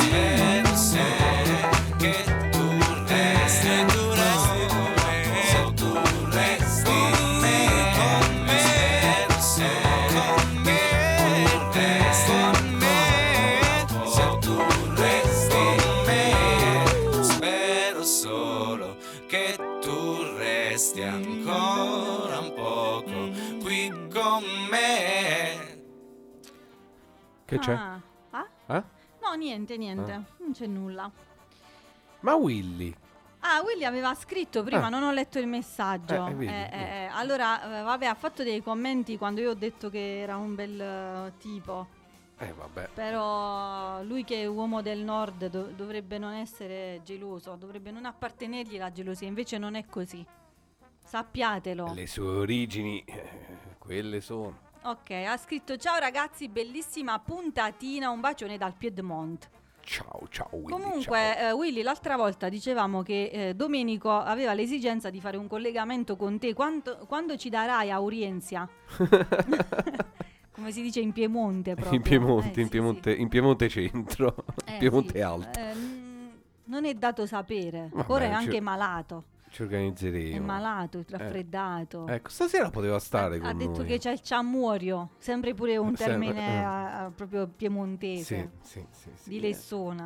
Spero che tu resti con me. Se tu resti con me. Spero con me. Resti con me. Se tu resti con me. Spero solo che tu resti ancora un poco qui con me. Che c'è? No, niente, non c'è nulla. Ma Willy? Willy aveva scritto prima, non ho letto il messaggio. Vedi. Allora, vabbè, ha fatto dei commenti quando io ho detto che era un bel tipo. Vabbè. Però lui che è uomo del nord dovrebbe non essere geloso, dovrebbe non appartenergli la gelosia, invece non è così. Sappiatelo. Le sue origini, quelle sono. Ok, ha scritto: ciao ragazzi, bellissima puntatina, un bacione dal Piedmont. Ciao Willy. Comunque, ciao. Willy, l'altra volta dicevamo che Domenico aveva l'esigenza di fare un collegamento con te. Quando ci darai a Aurienzia? Come si dice in Piemonte proprio. In Piemonte centro, Piemonte sì. alto. Non è dato sapere. Vabbè, Ora è anche malato. Ci organizzeremo. È malato, è raffreddato. Ecco, stasera poteva stare con Ha detto noi. che c'è il ciammuorio, sempre pure un termine proprio piemontese. Sì. Di Lessona.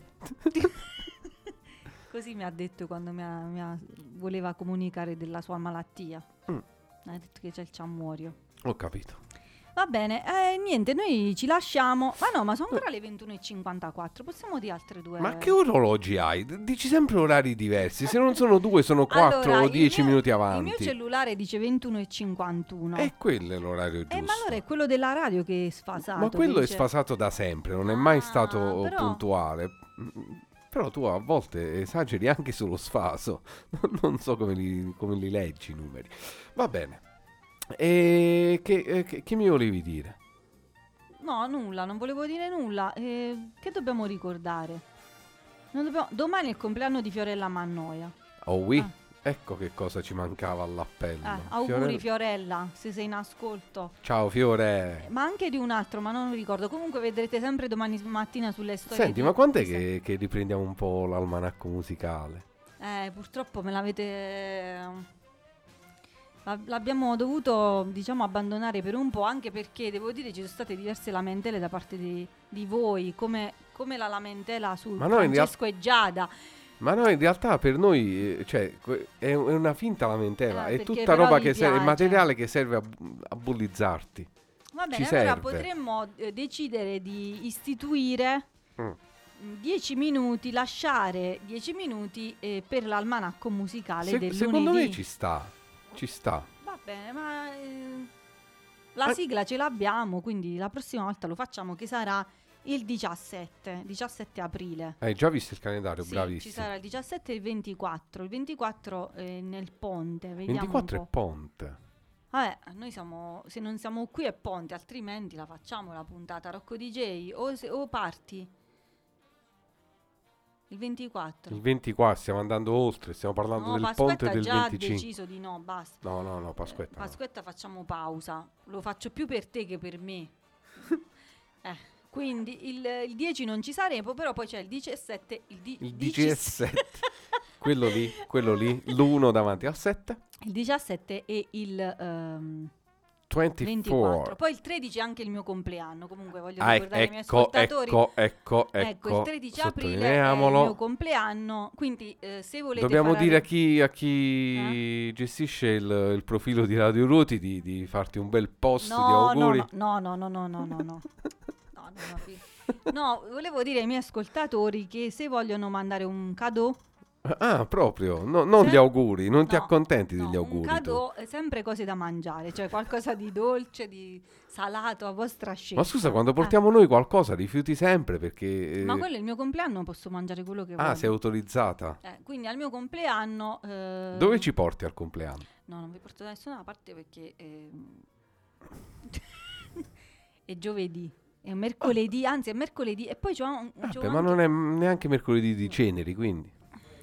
Così mi ha detto quando voleva comunicare della sua malattia. Ha detto che c'è il ciammuorio. Ho capito. Va bene, niente, noi ci lasciamo. Ma sono ancora le 21:54. Possiamo dire altre due? Ma che orologi hai? Dici sempre orari diversi. Se non sono 2, sono 4 Allora, o 10 minuti Il avanti. mio cellulare dice 21:51. E quello è l'orario giusto. Ma allora è quello della radio che è sfasato. Ma quello che è sfasato da sempre, non è mai stato però- puntuale. Però tu a volte esageri anche sullo sfaso. Non so come li leggi i numeri. Va bene. E che mi volevi dire? No, nulla, non volevo dire nulla. Che dobbiamo ricordare? Domani è il compleanno di Fiorella Mannoia. Oh oui, ecco che cosa ci mancava all'appello. Auguri Fiorella, se sei in ascolto. Ciao Fiore. Ma anche di un altro, ma non mi ricordo. Comunque vedrete sempre domani mattina sulle storie. Senti, ma quando è che riprendiamo un po' l'almanacco musicale? Purtroppo me l'avete... L'abbiamo dovuto, diciamo, abbandonare per un po', anche perché devo dire ci sono state diverse lamentele da parte di voi, come la lamentela su Francesco e Giada. Ma no, in realtà per noi è una finta lamentela, è tutta però roba vi è materiale che serve a bullizzarti. Va bene, Ci allora serve. potremmo decidere di istituire 10 minuti, lasciare 10 minuti per l'almanacco musicale del secondo lunedì. me ci sta. Va bene, ma la sigla ce l'abbiamo, quindi la prossima volta lo facciamo, che sarà il 17 aprile. Hai già visto il calendario? Sì, bravissimo. ci sarà il 17 e il 24. Il 24 è nel Ponte, vediamo 24 un è po'. Ponte. Vabbè, noi se non siamo qui è Ponte, altrimenti la facciamo la puntata Rocco DJ o parti. Il 24. Il 24, stiamo andando oltre, stiamo parlando del ponte del 25. No, Pasquetta già ha deciso di no, basta. No, Pasquetta. Pasquetta facciamo pausa, lo faccio più per te che per me. Quindi il 10 non ci saremo, però poi c'è il 17, il 17. quello lì, l'1 davanti al 7. Il 17 e il 24. Poi il 13 è anche il mio compleanno. Comunque voglio ricordare ai miei ascoltatori. Ecco. Il 13 aprile è il mio compleanno. Quindi se volete dobbiamo dire a chi gestisce il profilo di Radio Ruoti di farti un bel post di auguri. No, volevo dire ai miei ascoltatori che se vogliono mandare un cadeau. Ah, proprio, non gli auguri, non ti accontenti degli auguri. Un cadeau è sempre cose da mangiare, cioè qualcosa di dolce, di salato a vostra scelta. Ma scusa, quando portiamo noi qualcosa rifiuti sempre perché... Ma quello è il mio compleanno, posso mangiare quello che voglio. Ah, sei autorizzata. Quindi al mio compleanno... Dove ci porti al compleanno? No, non vi porto da nessuna parte perché è giovedì. È mercoledì, anzi è mercoledì e poi ma non è neanche mercoledì di ceneri, quindi...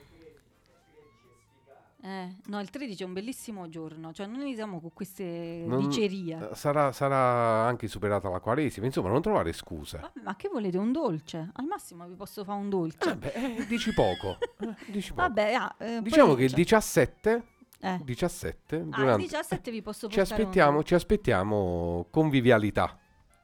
No, il 13 è un bellissimo giorno, cioè non iniziamo con queste dicerie. Sarà anche superata la Quaresima, insomma, non trovare scuse. Vabbè, ma che volete, un dolce? Al massimo vi posso fare un dolce. Dici poco. Vabbè, diciamo che il 17 il 17 vi posso portare ci aspettiamo convivialità.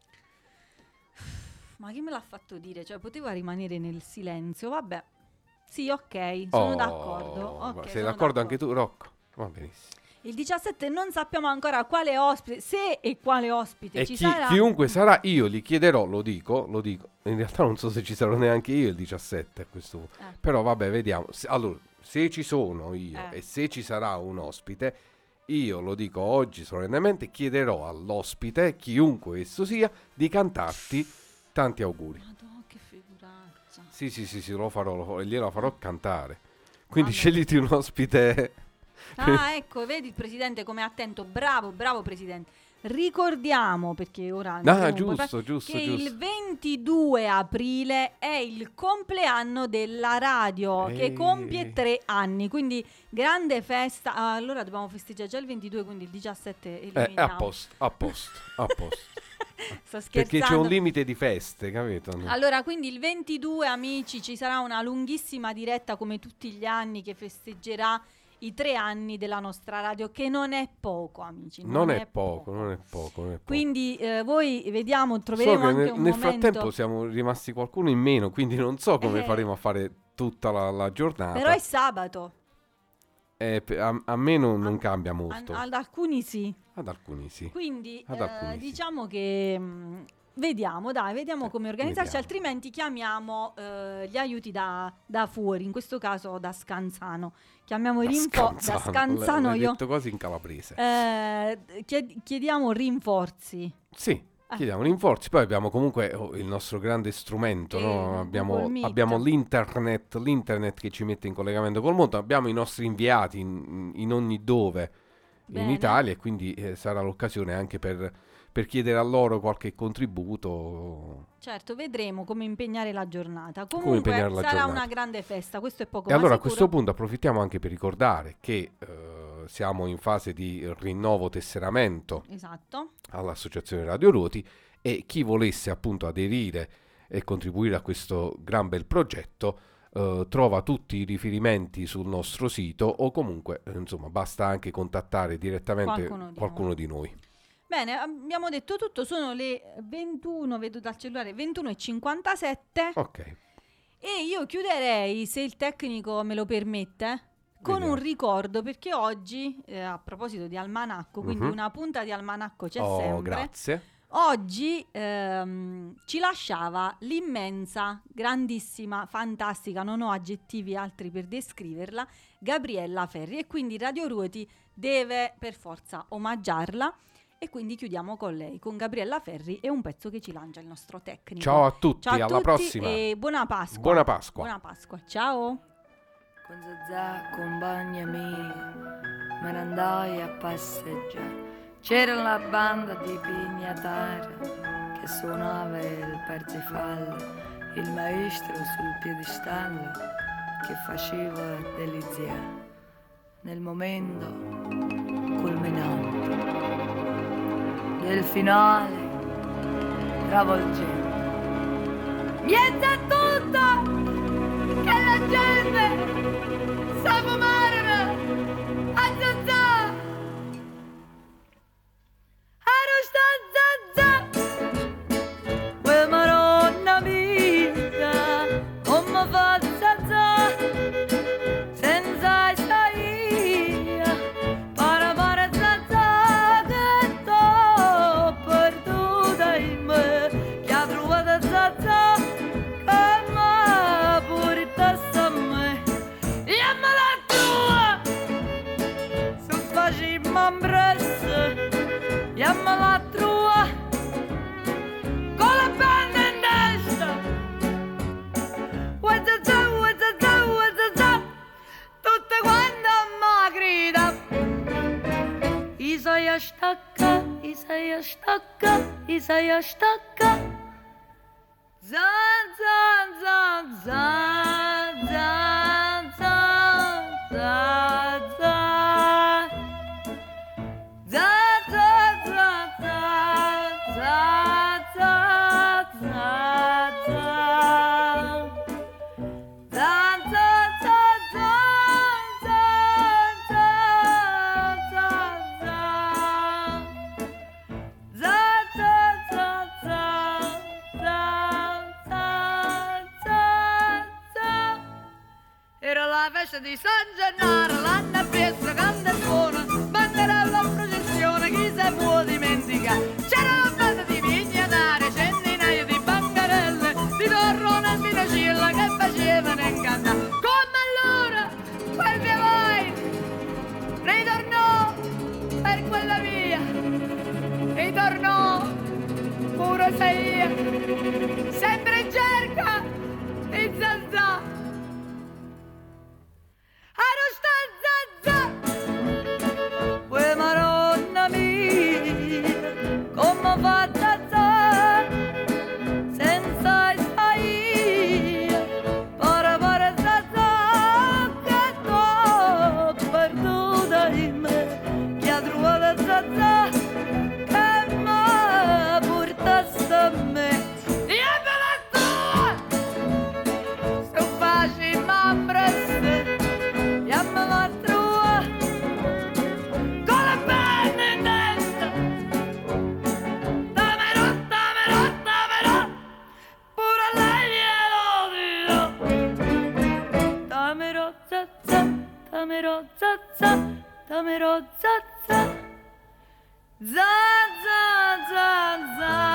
Ma chi me l'ha fatto dire? Cioè, poteva rimanere nel silenzio, vabbè. Sì, ok, sono d'accordo. Sei d'accordo anche tu, Rocco? Va benissimo. Il 17 non sappiamo ancora quale ospite, se e quale ospite ci sarà. Chiunque sarà, io gli chiederò, lo dico. In realtà non so se ci sarò neanche io il 17 a questo punto. Però vabbè, vediamo. Allora, se ci sono io e se ci sarà un ospite, io lo dico oggi solennemente, chiederò all'ospite, chiunque esso sia, di cantarti tanti auguri. Madonna, che figuraccia. Sì, lo farò e glielo farò cantare. Quindi scegliti un ospite. Ah, ecco, vedi il presidente come è attento. Bravo presidente. Ricordiamo, perché ora giusto, che il 22 aprile è il compleanno della radio, che compie 3 anni, quindi grande festa. Allora dobbiamo festeggiare già il 22, quindi il 17 eliminiamo. A posto. Sto scherzando. Perché c'è un limite di feste, capito? Allora, quindi il 22, amici, ci sarà una lunghissima diretta come tutti gli anni che festeggerà i 3 anni della nostra radio, che non è poco, amici. Non è poco. Quindi voi troveremo anche un nel momento. frattempo siamo rimasti qualcuno in meno, quindi non so come faremo a fare tutta la giornata. Però è sabato. A me non cambia molto. Ad alcuni sì. Ad alcuni sì. Quindi alcuni diciamo che vediamo come organizzarci, altrimenti chiamiamo gli aiuti da fuori, in questo caso da Scanzano. Chiamiamo da Scanzano. L'hai detto così in calabrese. Chiediamo rinforzi. Sì, chiediamo rinforzi. Poi abbiamo comunque il nostro grande strumento, no? Abbiamo l'internet che ci mette in collegamento col mondo. Abbiamo i nostri inviati in ogni dove in Italia, e quindi sarà l'occasione anche per chiedere a loro qualche contributo. Certo, vedremo come impegnare la giornata. Comunque sarà una grande festa, questo è poco ma allora sicuro. A questo punto approfittiamo anche per ricordare che siamo in fase di rinnovo tesseramento. Esatto. All'Associazione Radio Ruoti, e chi volesse appunto aderire e contribuire a questo gran bel progetto trova tutti i riferimenti sul nostro sito, o comunque insomma basta anche contattare direttamente qualcuno di noi. Bene, abbiamo detto tutto, sono le 21, vedo dal cellulare, 21:57. Ok. E io chiuderei, se il tecnico me lo permette, con un ricordo, perché oggi, a proposito di almanacco, quindi una punta di almanacco c'è sempre. Grazie. Oggi ci lasciava l'immensa, grandissima, fantastica, non ho aggettivi altri per descriverla, Gabriella Ferri, e quindi Radio Ruoti deve per forza omaggiarla. E quindi chiudiamo con lei, con Gabriella Ferri, e un pezzo che ci lancia il nostro tecnico. Ciao a tutti, alla prossima. E buona Pasqua. Buona Pasqua. Buona Pasqua, ciao. Con Zazà, compagna mia, me ne andai a passeggiare. C'era la banda di pignatari che suonava il parzifallo, il maestro sul piedistallo che faceva deliziare. Nel momento culminante del finale travolgente. Niente a tutto che la gente sa fumare a Zazà. Arosta Zazà, quella maronna mia, come fa Zazà, senza storia, para Zazà, che t'ho perduta in me, che ha trovato Zazà, che m'ha portato a me, e me la tua, se facciamo impressa, e me la tua, con la penna in testa, Zazà, tutte quante mi grida. Isaia stacca, Isaia stacca, Isaia stacca. Zan, zan, zan, zan, zan, zan, zan, zan. Zan, zan, zan, zan, zan, zan, zan, zan. Zan, zan, zan, zan, zan, zan, zan, zan. Zan, zan, zan, zan, zan, zan, zan. Era la festa di San Gennaro, l'anno appresso, grande e buona, banderella a processione, chi se può dimenticare? C'era la banda di pignatari, centinaia di bancarelle, di torrone e di nacilla che facevano incantare. Come allora, quel mio vai, ritornò per quella via, ritornò pure sei, sempre in cerca di Zazà. Arosta Zazà, quella maronna mia, za za, damero za za, damero za za, za za za za.